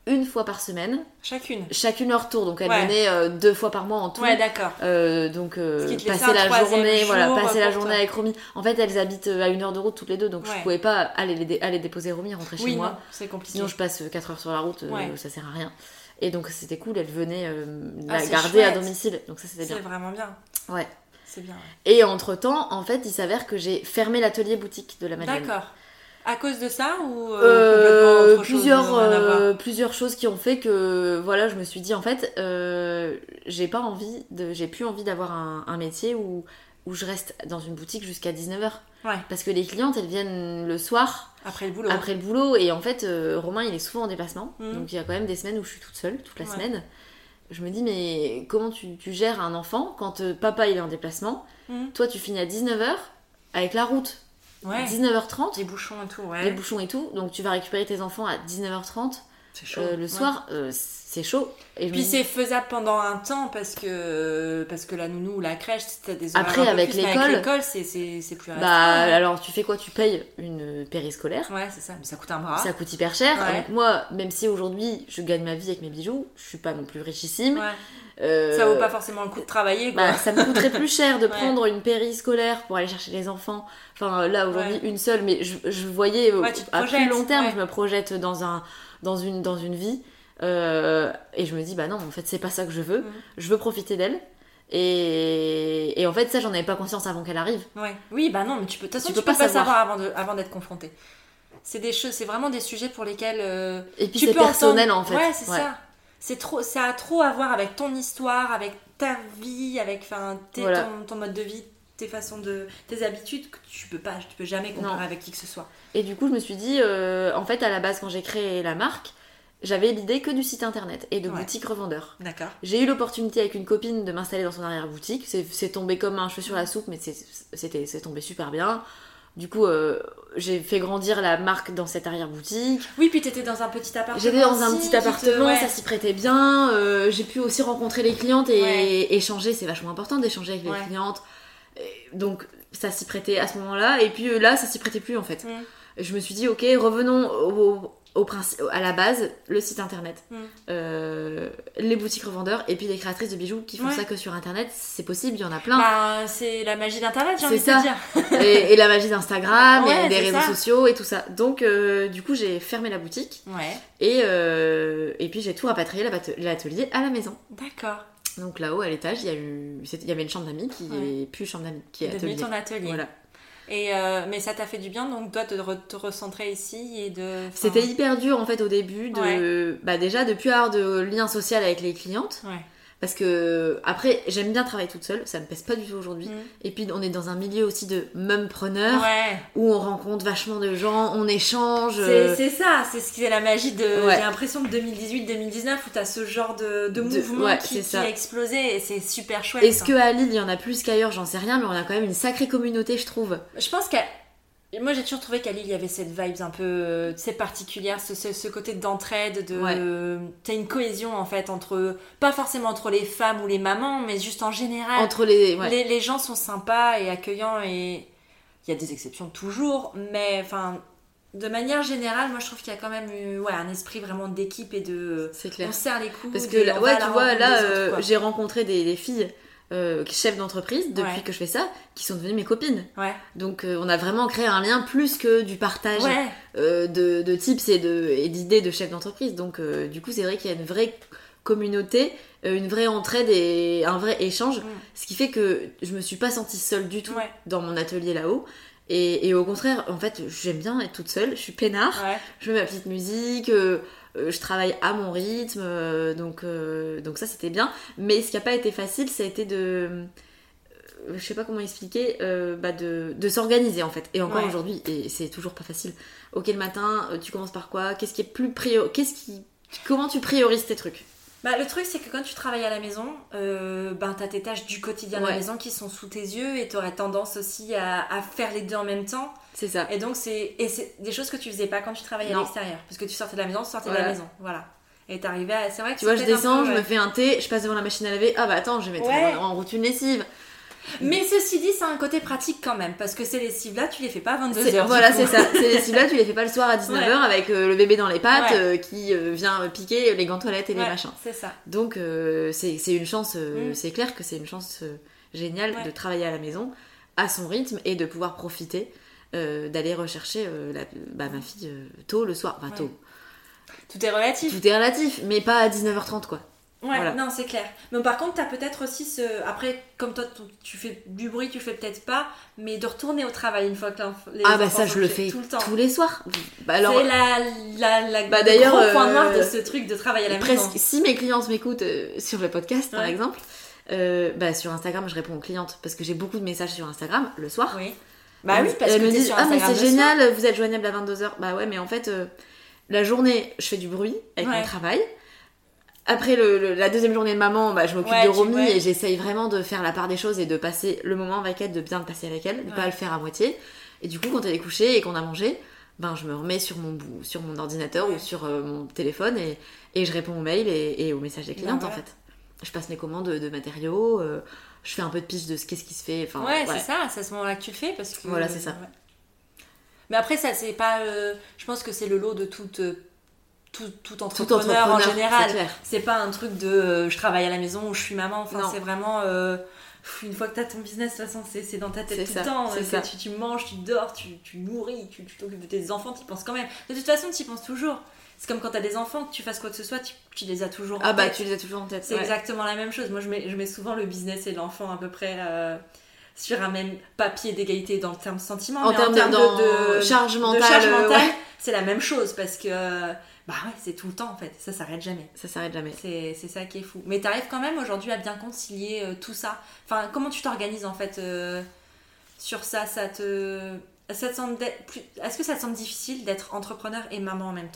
une fois par semaine. Chacune Chacune leur tour, donc elles ouais. venaient euh, deux fois par mois en tout. Ouais, d'accord. Euh, donc euh, passer la journée, voilà, passer la journée toi. avec Romy. En fait, elles habitent à une heure de route toutes les deux, donc ouais. je pouvais pas aller, les dé- aller déposer Romy et rentrer chez oui, moi. Non, c'est compliqué. Sinon, je passe quatre heures sur la route, ouais. euh, ça sert à rien. Et donc c'était cool, elles venaient euh, ah, la garder chouette. À domicile, donc ça c'était bien. C'est vraiment bien. Ouais. C'est bien. Ouais. Et entre temps, en fait, il s'avère que j'ai fermé l'atelier boutique de la Madeleine. D'accord. À cause de ça ou euh, euh, complètement autre plusieurs, chose, euh, plusieurs choses qui ont fait que voilà, je me suis dit en fait, euh, j'ai pas envie de, j'ai plus envie d'avoir un, un métier où où je reste dans une boutique jusqu'à dix-neuf heures. Ouais. Parce que les clientes, elles viennent le soir. Après le boulot. Après le boulot. Et en fait, euh, Romain, il est souvent en déplacement. Mmh. Donc il y a quand même des semaines où je suis toute seule, toute la ouais. semaine. Je me dis, mais comment tu, tu gères un enfant quand euh, papa, il est en déplacement mmh. Toi, tu finis à dix-neuf heures avec la route. Ouais. dix-neuf heures trente. Les bouchons et tout, ouais. Les bouchons et tout. Donc tu vas récupérer tes enfants à dix-neuf heures trente. C'est chaud. Euh, le soir, ouais. euh, c'est chaud. Et puis c'est faisable pendant un temps parce que, parce que la nounou ou la crèche, t'as des horaires après, un peu avec plus, l'école, avec l'école c'est, c'est, c'est plus bah, restreint. Alors tu fais quoi? Tu payes une périscolaire. Ouais, c'est ça. Mais ça coûte un bras. Ça coûte hyper cher. Ouais. Donc moi, même si aujourd'hui je gagne ma vie avec mes bijoux, je suis pas non plus richissime. Ouais. Euh, ça vaut pas forcément le coup de travailler, quoi. Bah, ça me coûterait plus cher de ouais. prendre une périscolaire pour aller chercher les enfants. Enfin là aujourd'hui ouais. une seule, mais je, je voyais ouais, à projettes, plus long terme, ouais. je me projette dans un dans une dans une vie euh, et je me dis bah non, en fait c'est pas ça que je veux. Mmh. Je veux profiter d'elle. Et, et en fait ça j'en avais pas conscience avant qu'elle arrive. Ouais. Oui bah non, mais tu peux, tu tu peux pas, pas savoir, savoir avant de avant d'être confronté. C'est des choses, c'est vraiment des sujets pour lesquels euh, et puis tu c'est peux personnel entendre... en fait. Ouais, c'est ouais. ça. C'est trop, ça a trop à voir avec ton histoire, avec ta vie, avec enfin voilà. ton, ton mode de vie, tes façons de, tes habitudes que tu peux pas, tu peux jamais comparer non. avec qui que ce soit. Et du coup, je me suis dit, euh, en fait, à la base, quand j'ai créé la marque, j'avais l'idée que du site internet et de ouais. boutique revendeur. D'accord. J'ai eu l'opportunité avec une copine de m'installer dans son arrière-boutique. C'est, c'est tombé comme un cheveu sur la soupe, mais c'est, c'était, c'est tombé super bien. Du coup, euh, j'ai fait grandir la marque dans cette arrière-boutique. Oui, puis t'étais dans un petit appartement. J'étais dans un aussi, petit appartement, te... ouais. ça s'y prêtait bien. Euh, j'ai pu aussi rencontrer les clientes et ouais. échanger. C'est vachement important d'échanger avec les ouais. clientes. Et donc, ça s'y prêtait à ce moment-là. Et puis là, ça s'y prêtait plus en fait. Mm. Je me suis dit, ok, revenons au, au principe, à la base, le site internet, mm. euh, les boutiques revendeurs et puis les créatrices de bijoux qui font ouais. ça que sur internet. C'est possible, il y en a plein. Bah, c'est la magie d'internet, j'ai envie c'est de te dire. et, et la magie d'Instagram ouais, et des réseaux ça. sociaux et tout ça. Donc, euh, du coup, j'ai fermé la boutique ouais. et, euh, et puis j'ai tout rapatrié l'atelier à la maison. D'accord. Donc là-haut, à l'étage, il y, a eu, il y avait une chambre d'amis qui ouais. est plus chambre d'amis, qui est atelier. Devenu ton atelier. Voilà. Et euh, mais ça t'a fait du bien, donc toi, de re- te recentrer ici et de... Enfin... C'était hyper dur, en fait, au début, de, ouais. bah, déjà, de plus avoir de lien social avec les clientes. Ouais. Parce que, après, j'aime bien travailler toute seule, ça me pèse pas du tout aujourd'hui. Mmh. Et puis, on est dans un milieu aussi de mumpreneurs, ouais. où on rencontre vachement de gens, on échange. C'est, c'est ça, c'est ce qui est la magie de... Ouais. J'ai l'impression de deux mille dix-huit deux mille dix-neuf, où t'as ce genre de, de mouvement ouais, qui, qui a explosé, et c'est super chouette. Est-ce qu'à Lille, il y en a plus qu'ailleurs, j'en sais rien, mais on a quand même une sacrée communauté, je trouve. Je pense qu'à... Moi, j'ai toujours trouvé qu'à Lille, il y avait cette vibe un peu, tu sais, particulière, ce, ce, ce côté d'entraide, de... Ouais. T'as une cohésion, en fait, entre... Pas forcément entre les femmes ou les mamans, mais juste en général. Entre les... Ouais. Les, les gens sont sympas et accueillants, et... Il y a des exceptions toujours, mais, enfin... De manière générale, moi, je trouve qu'il y a quand même eu ouais, un esprit vraiment d'équipe et de... C'est clair. On serre les coudes. Parce que, là, ouais, tu vois, là, euh, autres, j'ai rencontré des, des filles... Euh, chefs d'entreprise depuis ouais. que je fais ça qui sont devenues mes copines ouais. donc euh, on a vraiment créé un lien plus que du partage ouais. euh, de, de tips et, de, et d'idées de chefs d'entreprise donc euh, du coup c'est vrai qu'il y a une vraie communauté euh, une vraie entraide et un vrai échange mm. ce qui fait que je me suis pas sentie seule du tout ouais. dans mon atelier là-haut et, et au contraire en fait j'aime bien être toute seule je suis peinard ouais. je mets ma petite musique euh, Euh, je travaille à mon rythme, euh, donc, euh, donc ça c'était bien. Mais ce qui n'a pas été facile, ça a été de... Euh, je sais pas comment expliquer, euh, bah de, de s'organiser en fait. Et encore ouais. aujourd'hui, et c'est toujours pas facile. Ok, le matin, tu commences par quoi ? Qu'est-ce qui est plus prior... Qu'est-ce qui... Comment tu priorises tes trucs ? Bah, le truc, c'est que quand tu travailles à la maison, euh, ben, t'as tes tâches du quotidien ouais. à la maison qui sont sous tes yeux et t'aurais tendance aussi à, à faire les deux en même temps. C'est ça. Et donc, c'est, et c'est des choses que tu faisais pas quand tu travaillais non. à l'extérieur. Parce que tu sortais de la maison, tu sortais voilà. de la maison. Voilà. Et t'arrivais à... C'est vrai que tu vois, je descends, peu, je ouais. me fais un thé, je passe devant la machine à laver. Ah bah attends, je vais mettre ouais. en, en route une lessive. Mais ceci dit, ça a un côté pratique quand même, parce que ces lessives-là, tu les fais pas à vingt-deux heures. Voilà, c'est ça. Ces lessives-là, tu les fais pas le soir à dix-neuf heures ouais. avec euh, le bébé dans les pattes ouais. euh, qui euh, vient piquer les gants toilettes et ouais, les machins. C'est ça. Donc, euh, c'est, c'est une chance, euh, mm. c'est clair que c'est une chance euh, géniale ouais. de travailler à la maison à son rythme et de pouvoir profiter euh, d'aller rechercher euh, la, bah, ma fille euh, tôt le soir. Enfin, ouais. tôt. Tout est relatif. Tout est relatif, mais pas à dix-neuf heures trente, quoi. Ouais, voilà. Non, c'est clair. Mais par contre, t'as peut-être aussi ce... Après, comme toi, tu fais du bruit, tu fais peut-être pas, mais de retourner au travail une fois que les ah bah ça, je le fais tout le temps. Tous les soirs. Bah alors... C'est la, la, la, bah, le gros point noir de ce truc de travail à la presque, maison. Si mes clientes m'écoutent euh, sur le podcast, ouais. par exemple, euh, bah, sur Instagram, je réponds aux clientes, parce que j'ai beaucoup de messages sur Instagram, le soir. Oui. Bah oui, parce elles que me disent, sur ah mais c'est génial, soir. Vous êtes joignable à vingt-deux heures. Bah ouais, mais en fait, euh, la journée, je fais du bruit avec ouais. mon travail. Après le, le, la deuxième journée de maman, bah, je m'occupe ouais, de Romy ouais. et j'essaye vraiment de faire la part des choses et de passer le moment avec elle, de bien le passer avec elle, de ouais. pas le faire à moitié. Et du coup, quand elle est couchée et qu'on a mangé, ben, je me remets sur mon, sur mon ordinateur ouais. ou sur euh, mon téléphone et, et je réponds aux mails et, et aux messages des clientes ouais, ouais. en fait. Je passe mes commandes de, de matériaux, euh, je fais un peu de pitch de ce qu'est-ce qui se fait. Ouais, ouais, c'est ça, c'est à ce moment-là que tu le fais parce que... Voilà, c'est ça. Ouais. Mais après, ça, c'est pas... Euh, je pense que c'est le lot de toute... Euh, Tout, tout, entrepreneur tout entrepreneur en général, c'est, c'est pas un truc de euh, je travaille à la maison ou je suis maman, enfin non. c'est vraiment euh, une fois que t'as ton business, de toute façon c'est, c'est dans ta tête c'est tout ça, le temps, c'est ça. Tu, tu manges, tu dors, tu, tu nourris, tu, tu t'occupes de tes enfants, tu y penses quand même, de toute façon tu y penses toujours, c'est comme quand t'as des enfants, que tu fasses quoi que ce soit, tu, tu les as toujours en ah tête. Ah bah tu les as toujours en tête, c'est ouais. exactement la même chose, moi je mets, je mets souvent le business et l'enfant à peu près euh, sur un même papier d'égalité dans le terme sentiment, en, mais termes en termes de, de, de charge mentale, de charge mentale ouais. c'est la même chose parce que bah ouais, c'est tout le temps en fait, ça s'arrête jamais. Ça s'arrête jamais. C'est, c'est ça qui est fou. Mais t'arrives quand même aujourd'hui à bien concilier euh, tout ça. Enfin, comment tu t'organises en fait euh, sur ça, ça te... ça te semble plus... Est-ce que ça te semble difficile d'être entrepreneur et maman en même temps ?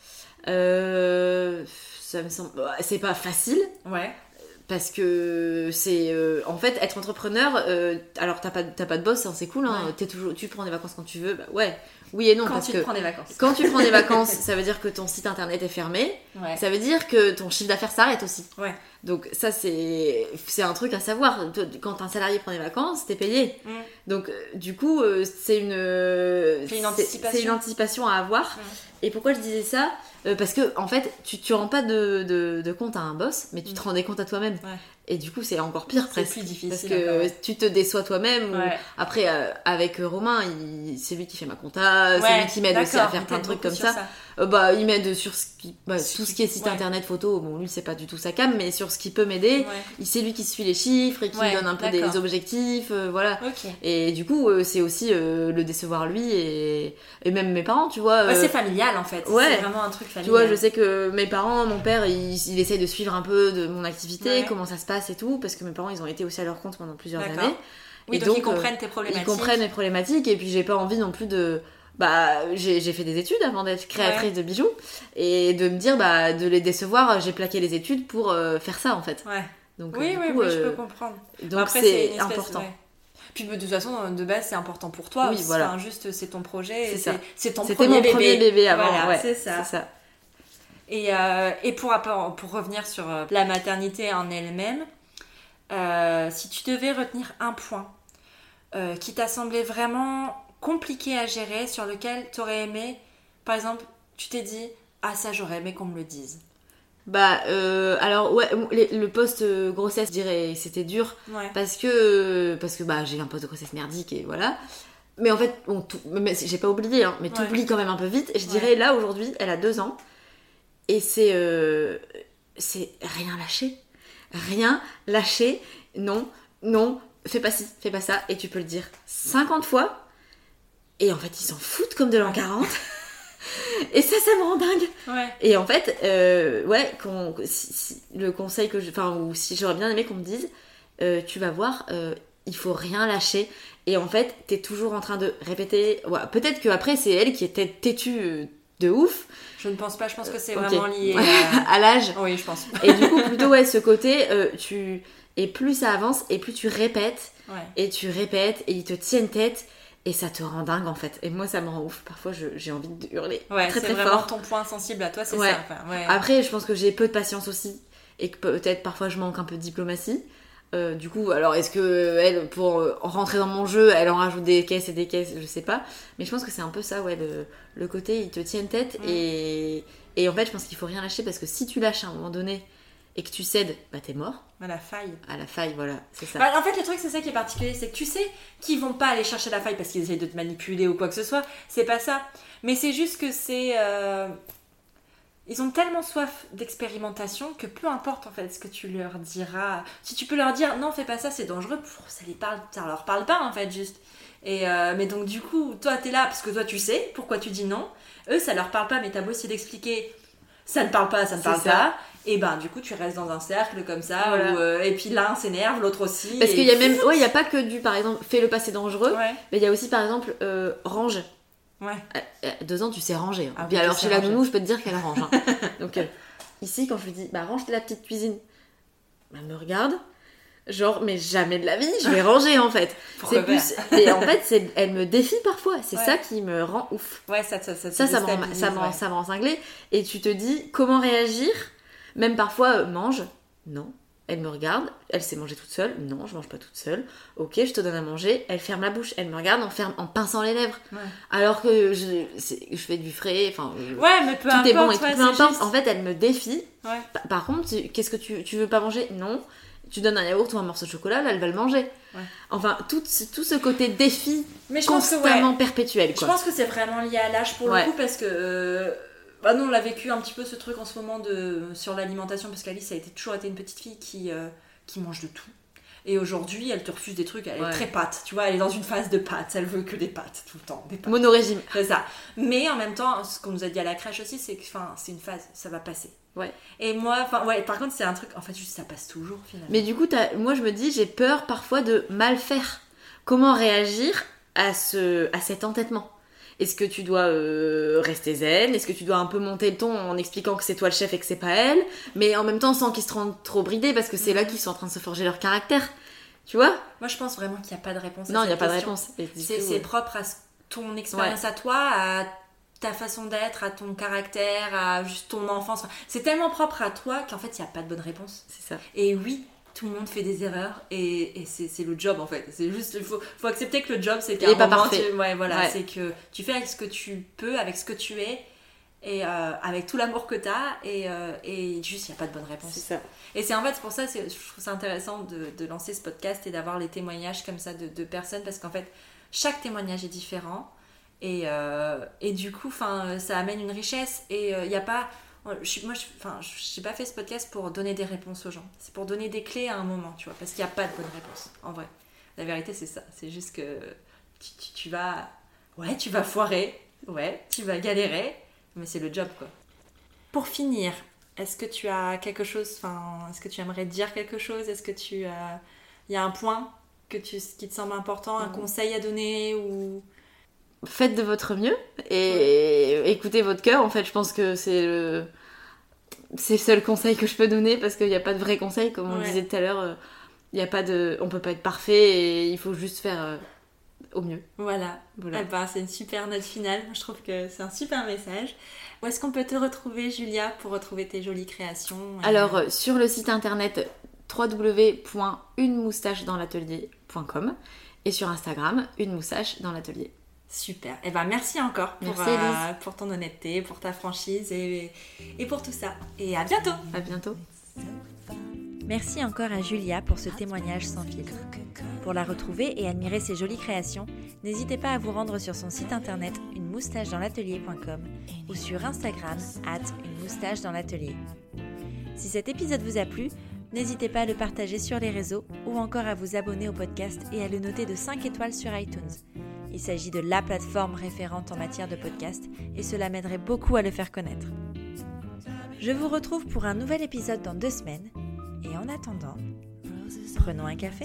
euh, Ça me semble... C'est pas facile. Ouais. Parce que c'est... Euh, en fait, être entrepreneur... Euh, alors, t'as pas, t'as pas de boss, hein, c'est cool. Hein, ouais. T'es toujours, tu prends des vacances quand tu veux. Bah ouais. Oui et non, quand parce tu que prends des vacances. Quand tu prends des vacances, ça veut dire que ton site internet est fermé. Ouais. Ça veut dire que ton chiffre d'affaires s'arrête aussi. Ouais. Donc ça, c'est, c'est un truc à savoir. Quand un salarié prend des vacances, t'es payé. Mm. Donc du coup, c'est une... C'est une anticipation. C'est, c'est une anticipation à avoir. Mm. Et pourquoi je disais ça ? euh, Parce que en fait, tu ne rends pas de, de, de compte à un boss, mais tu te rends des comptes à toi-même. Ouais. Et du coup, c'est encore pire c'est presque. Plus difficile, parce que ouais. tu te déçois toi-même. Ouais. Ou... Après, euh, avec Romain, il... c'est lui qui fait ma compta, ouais, c'est lui qui m'aide aussi à faire plein de trucs comme ça. ça. Euh, bah, il m'aide sur ce qui... bah, tout ce qui est site ouais. internet, photo. Bon, lui, c'est pas du tout sa cam, mais sur ce qui peut m'aider, ouais. c'est lui qui suit les chiffres et qui ouais, me donne un peu d'accord. des objectifs. Euh, voilà. Okay. Et du coup, euh, c'est aussi euh, le décevoir lui et... et même mes parents, tu vois. Euh... Ouais, c'est familial en fait. Ouais. C'est vraiment un truc familial. Tu vois, je sais que mes parents, mon père, il, il essaye de suivre un peu de mon activité, ouais. comment ça se passe et tout, parce que mes parents, ils ont été aussi à leur compte pendant plusieurs d'accord. années. Oui, et donc, donc ils comprennent tes problématiques. Ils comprennent mes problématiques et puis j'ai pas envie non plus de... Bah, j'ai, j'ai fait des études avant d'être créatrice ouais. de bijoux et de me dire, bah, de les décevoir, j'ai plaqué les études pour euh, faire ça en fait. Ouais. Donc, oui, euh, oui, coup, oui, euh, je peux comprendre. Donc après, c'est, c'est espèce, important. Ouais. Puis de toute façon, de base, c'est important pour toi. Oui, aussi. voilà. Enfin, juste, c'est ton projet. C'est, et ça. c'est, c'est ton C'était premier mon bébé. premier bébé avant. Voilà, ouais, c'est ça. C'est ça. Et, euh, et pour, pour revenir sur la maternité en elle-même, euh, si tu devais retenir un point euh, qui t'a semblé vraiment compliqué à gérer, sur lequel tu aurais aimé, par exemple, tu t'es dit « Ah, ça, j'aurais aimé qu'on me le dise ». Bah, euh, alors, ouais, le post-grossesse, je dirais, c'était dur. Ouais. Parce que, parce que bah, j'ai eu un post-grossesse merdique et voilà. Mais en fait, bon, tout, mais j'ai pas oublié, hein, mais ouais. t'oublies quand même un peu vite. Et je dirais, ouais. là, aujourd'hui, elle a deux ans. Et c'est, euh, c'est rien lâcher. Rien lâcher. Non, non, fais pas ci, fais pas ça. Et tu peux le dire cinquante fois. Et en fait, ils s'en foutent comme de l'an quarante. Et ça, ça me rend dingue. Ouais. Et en fait, euh, ouais, qu'on, si, si, le conseil que je... Enfin, ou si j'aurais bien aimé qu'on me dise, euh, tu vas voir, euh, il faut rien lâcher. Et en fait, t'es toujours en train de répéter... Ouais, peut-être qu'après, c'est elle qui était têtue de ouf. Je ne pense pas, je pense que c'est okay. vraiment lié à... à l'âge. Oui, je pense. Et du coup, plutôt, ouais, ce côté, euh, tu... Et plus ça avance, et plus tu répètes, ouais. et tu répètes, et ils te tiennent tête... Et ça te rend dingue en fait. Et moi ça me rend ouf. Parfois je, j'ai envie de hurler ouais, très c'est très vraiment fort. Ton point sensible à toi, c'est ouais. ça. Enfin, ouais. Après je pense que j'ai peu de patience aussi. Et que peut-être parfois je manque un peu de diplomatie. Euh, du coup, alors est-ce que elle, pour euh, rentrer dans mon jeu, elle en rajoute des caisses et des caisses, je sais pas. Mais je pense que c'est un peu ça, ouais, le, le côté, il te tient tête. Mmh. Et, et en fait, je pense qu'il faut rien lâcher parce que si tu lâches à un moment donné et que tu cèdes, bah t'es mort. À la faille. À la faille, voilà, c'est ça. Bah, en fait, le truc, c'est ça qui est particulier, c'est que tu sais qu'ils vont pas aller chercher la faille parce qu'ils essayent de te manipuler ou quoi que ce soit. C'est pas ça. Mais c'est juste que c'est... Euh... Ils ont tellement soif d'expérimentation que peu importe en fait ce que tu leur diras. Si tu peux leur dire non, fais pas ça, c'est dangereux, ça les parle, ça leur parle pas en fait, juste. Et euh, mais donc du coup, toi t'es là parce que toi tu sais pourquoi tu dis non. Eux ça leur parle pas, mais t'as beau essayer d'expliquer, ça ne parle pas, ça ne parle ça. pas. Et ben du coup tu restes dans un cercle comme ça. Voilà. Où, euh, et puis l'un s'énerve, l'autre aussi. Parce et... qu'il y a même, ouais, il y a pas que du par exemple fais le pas c'est dangereux, ouais. mais il y a aussi par exemple euh, range. Ouais. À deux ans, tu sais ranger. Hein. Ah, Puis oui, alors, chez la ranger. nounou, je peux te dire qu'elle range. Hein. Donc, euh, ici, quand je lui dis, bah, range la petite cuisine, bah, elle me regarde, genre, mais jamais de la vie, je vais ranger en fait. Pourquoi c'est plus. Et en fait, c'est... elle me défie parfois. C'est ouais. ça qui me rend ouf. Ouais, ça, ça, ça, ça, ça, me rend, ça, me rend, ouais. ça me rend cinglée. Et tu te dis, comment réagir ? Même parfois, euh, mange. Non. Elle me regarde, elle sait manger toute seule. Non, je mange pas toute seule. Ok, je te donne à manger. Elle ferme la bouche. Elle me regarde en, ferme, en pinçant les lèvres. Ouais. Alors que je, c'est, je fais du frais. Enfin, ouais, mais peu tout importe. est bon et ouais, peu importe. Juste... En fait, elle me défie. Ouais. Par, par contre, tu, qu'est-ce que tu, tu veux pas manger ? Non. Tu donnes un yaourt ou un morceau de chocolat, là, elle va le manger. Ouais. Enfin, tout, tout ce côté défi mais je constamment pense que, ouais, perpétuel. Quoi. Je pense que c'est vraiment lié à l'âge pour ouais. le coup parce que. Euh... Bah nous, on l'a vécu un petit peu ce truc en ce moment de, sur l'alimentation parce qu'Alice a été, toujours été une petite fille qui. Euh... qui mange de tout. Et aujourd'hui, elle te refuse des trucs, elle est ouais. très pâte, tu vois, elle est dans une phase de pâte, elle veut que des pâtes tout le temps. Des pâtes. Monorégime. C'est ça. Mais en même temps, ce qu'on nous a dit à la crèche aussi, c'est que c'est une phase, ça va passer. Ouais. Et moi, ouais, par contre, c'est un truc, en fait, juste ça passe toujours finalement. Mais du coup, moi je me dis, j'ai peur parfois de mal faire. Comment réagir à, ce, à cet entêtement ? Est-ce que tu dois euh, rester zen ? Est-ce que tu dois un peu monter le ton en expliquant que c'est toi le chef et que c'est pas elle ? Mais en même temps sans qu'ils se rendent trop bridés parce que c'est mmh. là qu'ils sont en train de se forger leur caractère. Tu vois ? Moi je pense vraiment qu'il n'y a pas de réponse à non, cette question. Non, il n'y a pas de réponse. C'est, c'est propre à ton expérience ouais. à toi, à ta façon d'être, à ton caractère, à juste ton enfance. C'est tellement propre à toi qu'en fait il n'y a pas de bonne réponse. C'est ça. Et oui, tout le monde fait des erreurs et, et c'est, c'est le job en fait. C'est juste, il faut, faut accepter que le job c'est qu'à un pas moment, parfait. Tu, ouais, voilà, ouais. c'est que tu fais avec ce que tu peux, avec ce que tu es et euh, avec tout l'amour que tu as et, euh, et juste il n'y a pas de bonne réponse. C'est ça. Et c'est en fait c'est pour ça c'est, je trouve ça intéressant de, de lancer ce podcast et d'avoir les témoignages comme ça de, de personnes parce qu'en fait chaque témoignage est différent et, euh, et du coup ça amène une richesse et il euh, n'y a pas... Je, moi, je, enfin, je n'ai pas fait ce podcast pour donner des réponses aux gens. C'est pour donner des clés à un moment, tu vois. Parce qu'il n'y a pas de bonne réponse, en vrai. La vérité, c'est ça. C'est juste que tu, tu, tu vas... Ouais, tu vas foirer. Ouais, tu vas galérer. Mais c'est le job, quoi. Pour finir, est-ce que tu as quelque chose... Enfin, est-ce que tu aimerais dire quelque chose ? Est-ce que tu as... Il y a un point que tu, qui te semble important, un mmh. conseil à donner ou... Faites de votre mieux et ouais. écoutez votre cœur. En fait, je pense que c'est le, c'est le seul conseil que je peux donner parce qu'il n'y a pas de vrai conseil, comme on ouais. le disait tout à l'heure. Il y a pas de, on peut pas être parfait et il faut juste faire euh, au mieux. Voilà. voilà. Eh ben, c'est une super note finale. Je trouve que c'est un super message. Où est-ce qu'on peut te retrouver, Julia, pour retrouver tes jolies créations ? Alors euh, sur le site internet w w w point une moustache dans l'atelier point com et sur Instagram une moustache dans l'atelier. Super. Eh ben, merci encore pour, merci, euh, pour ton honnêteté, pour ta franchise et, et pour tout ça. Et à bientôt. À bientôt. Merci encore à Julia pour ce témoignage sans filtre. Pour la retrouver et admirer ses jolies créations, n'hésitez pas à vous rendre sur son site internet une moustache dans l'atelier point com ou sur Instagram arobase une moustache dans l'atelier. Si cet épisode vous a plu, n'hésitez pas à le partager sur les réseaux ou encore à vous abonner au podcast et à le noter de cinq étoiles sur iTunes. Il s'agit de la plateforme référente en matière de podcast et cela m'aiderait beaucoup à le faire connaître. Je vous retrouve pour un nouvel épisode dans deux semaines et en attendant, prenons un café.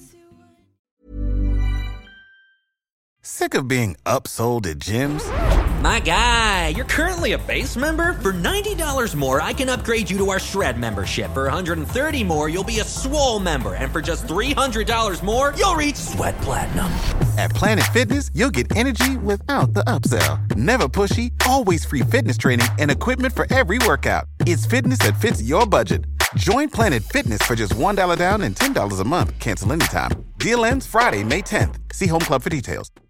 Sick of being upsold at gyms? My guy, you're currently a base member? For ninety dollars more, I can upgrade you to our Shred membership. For one hundred thirty dollars more, you'll be a Swole member. And for just three hundred dollars more, you'll reach Sweat Platinum. At Planet Fitness, you'll get energy without the upsell. Never pushy, always free fitness training and equipment for every workout. It's fitness that fits your budget. Join Planet Fitness for just one dollar down and ten dollars a month. Cancel anytime. Deal ends Friday, May tenth. See Home Club for details.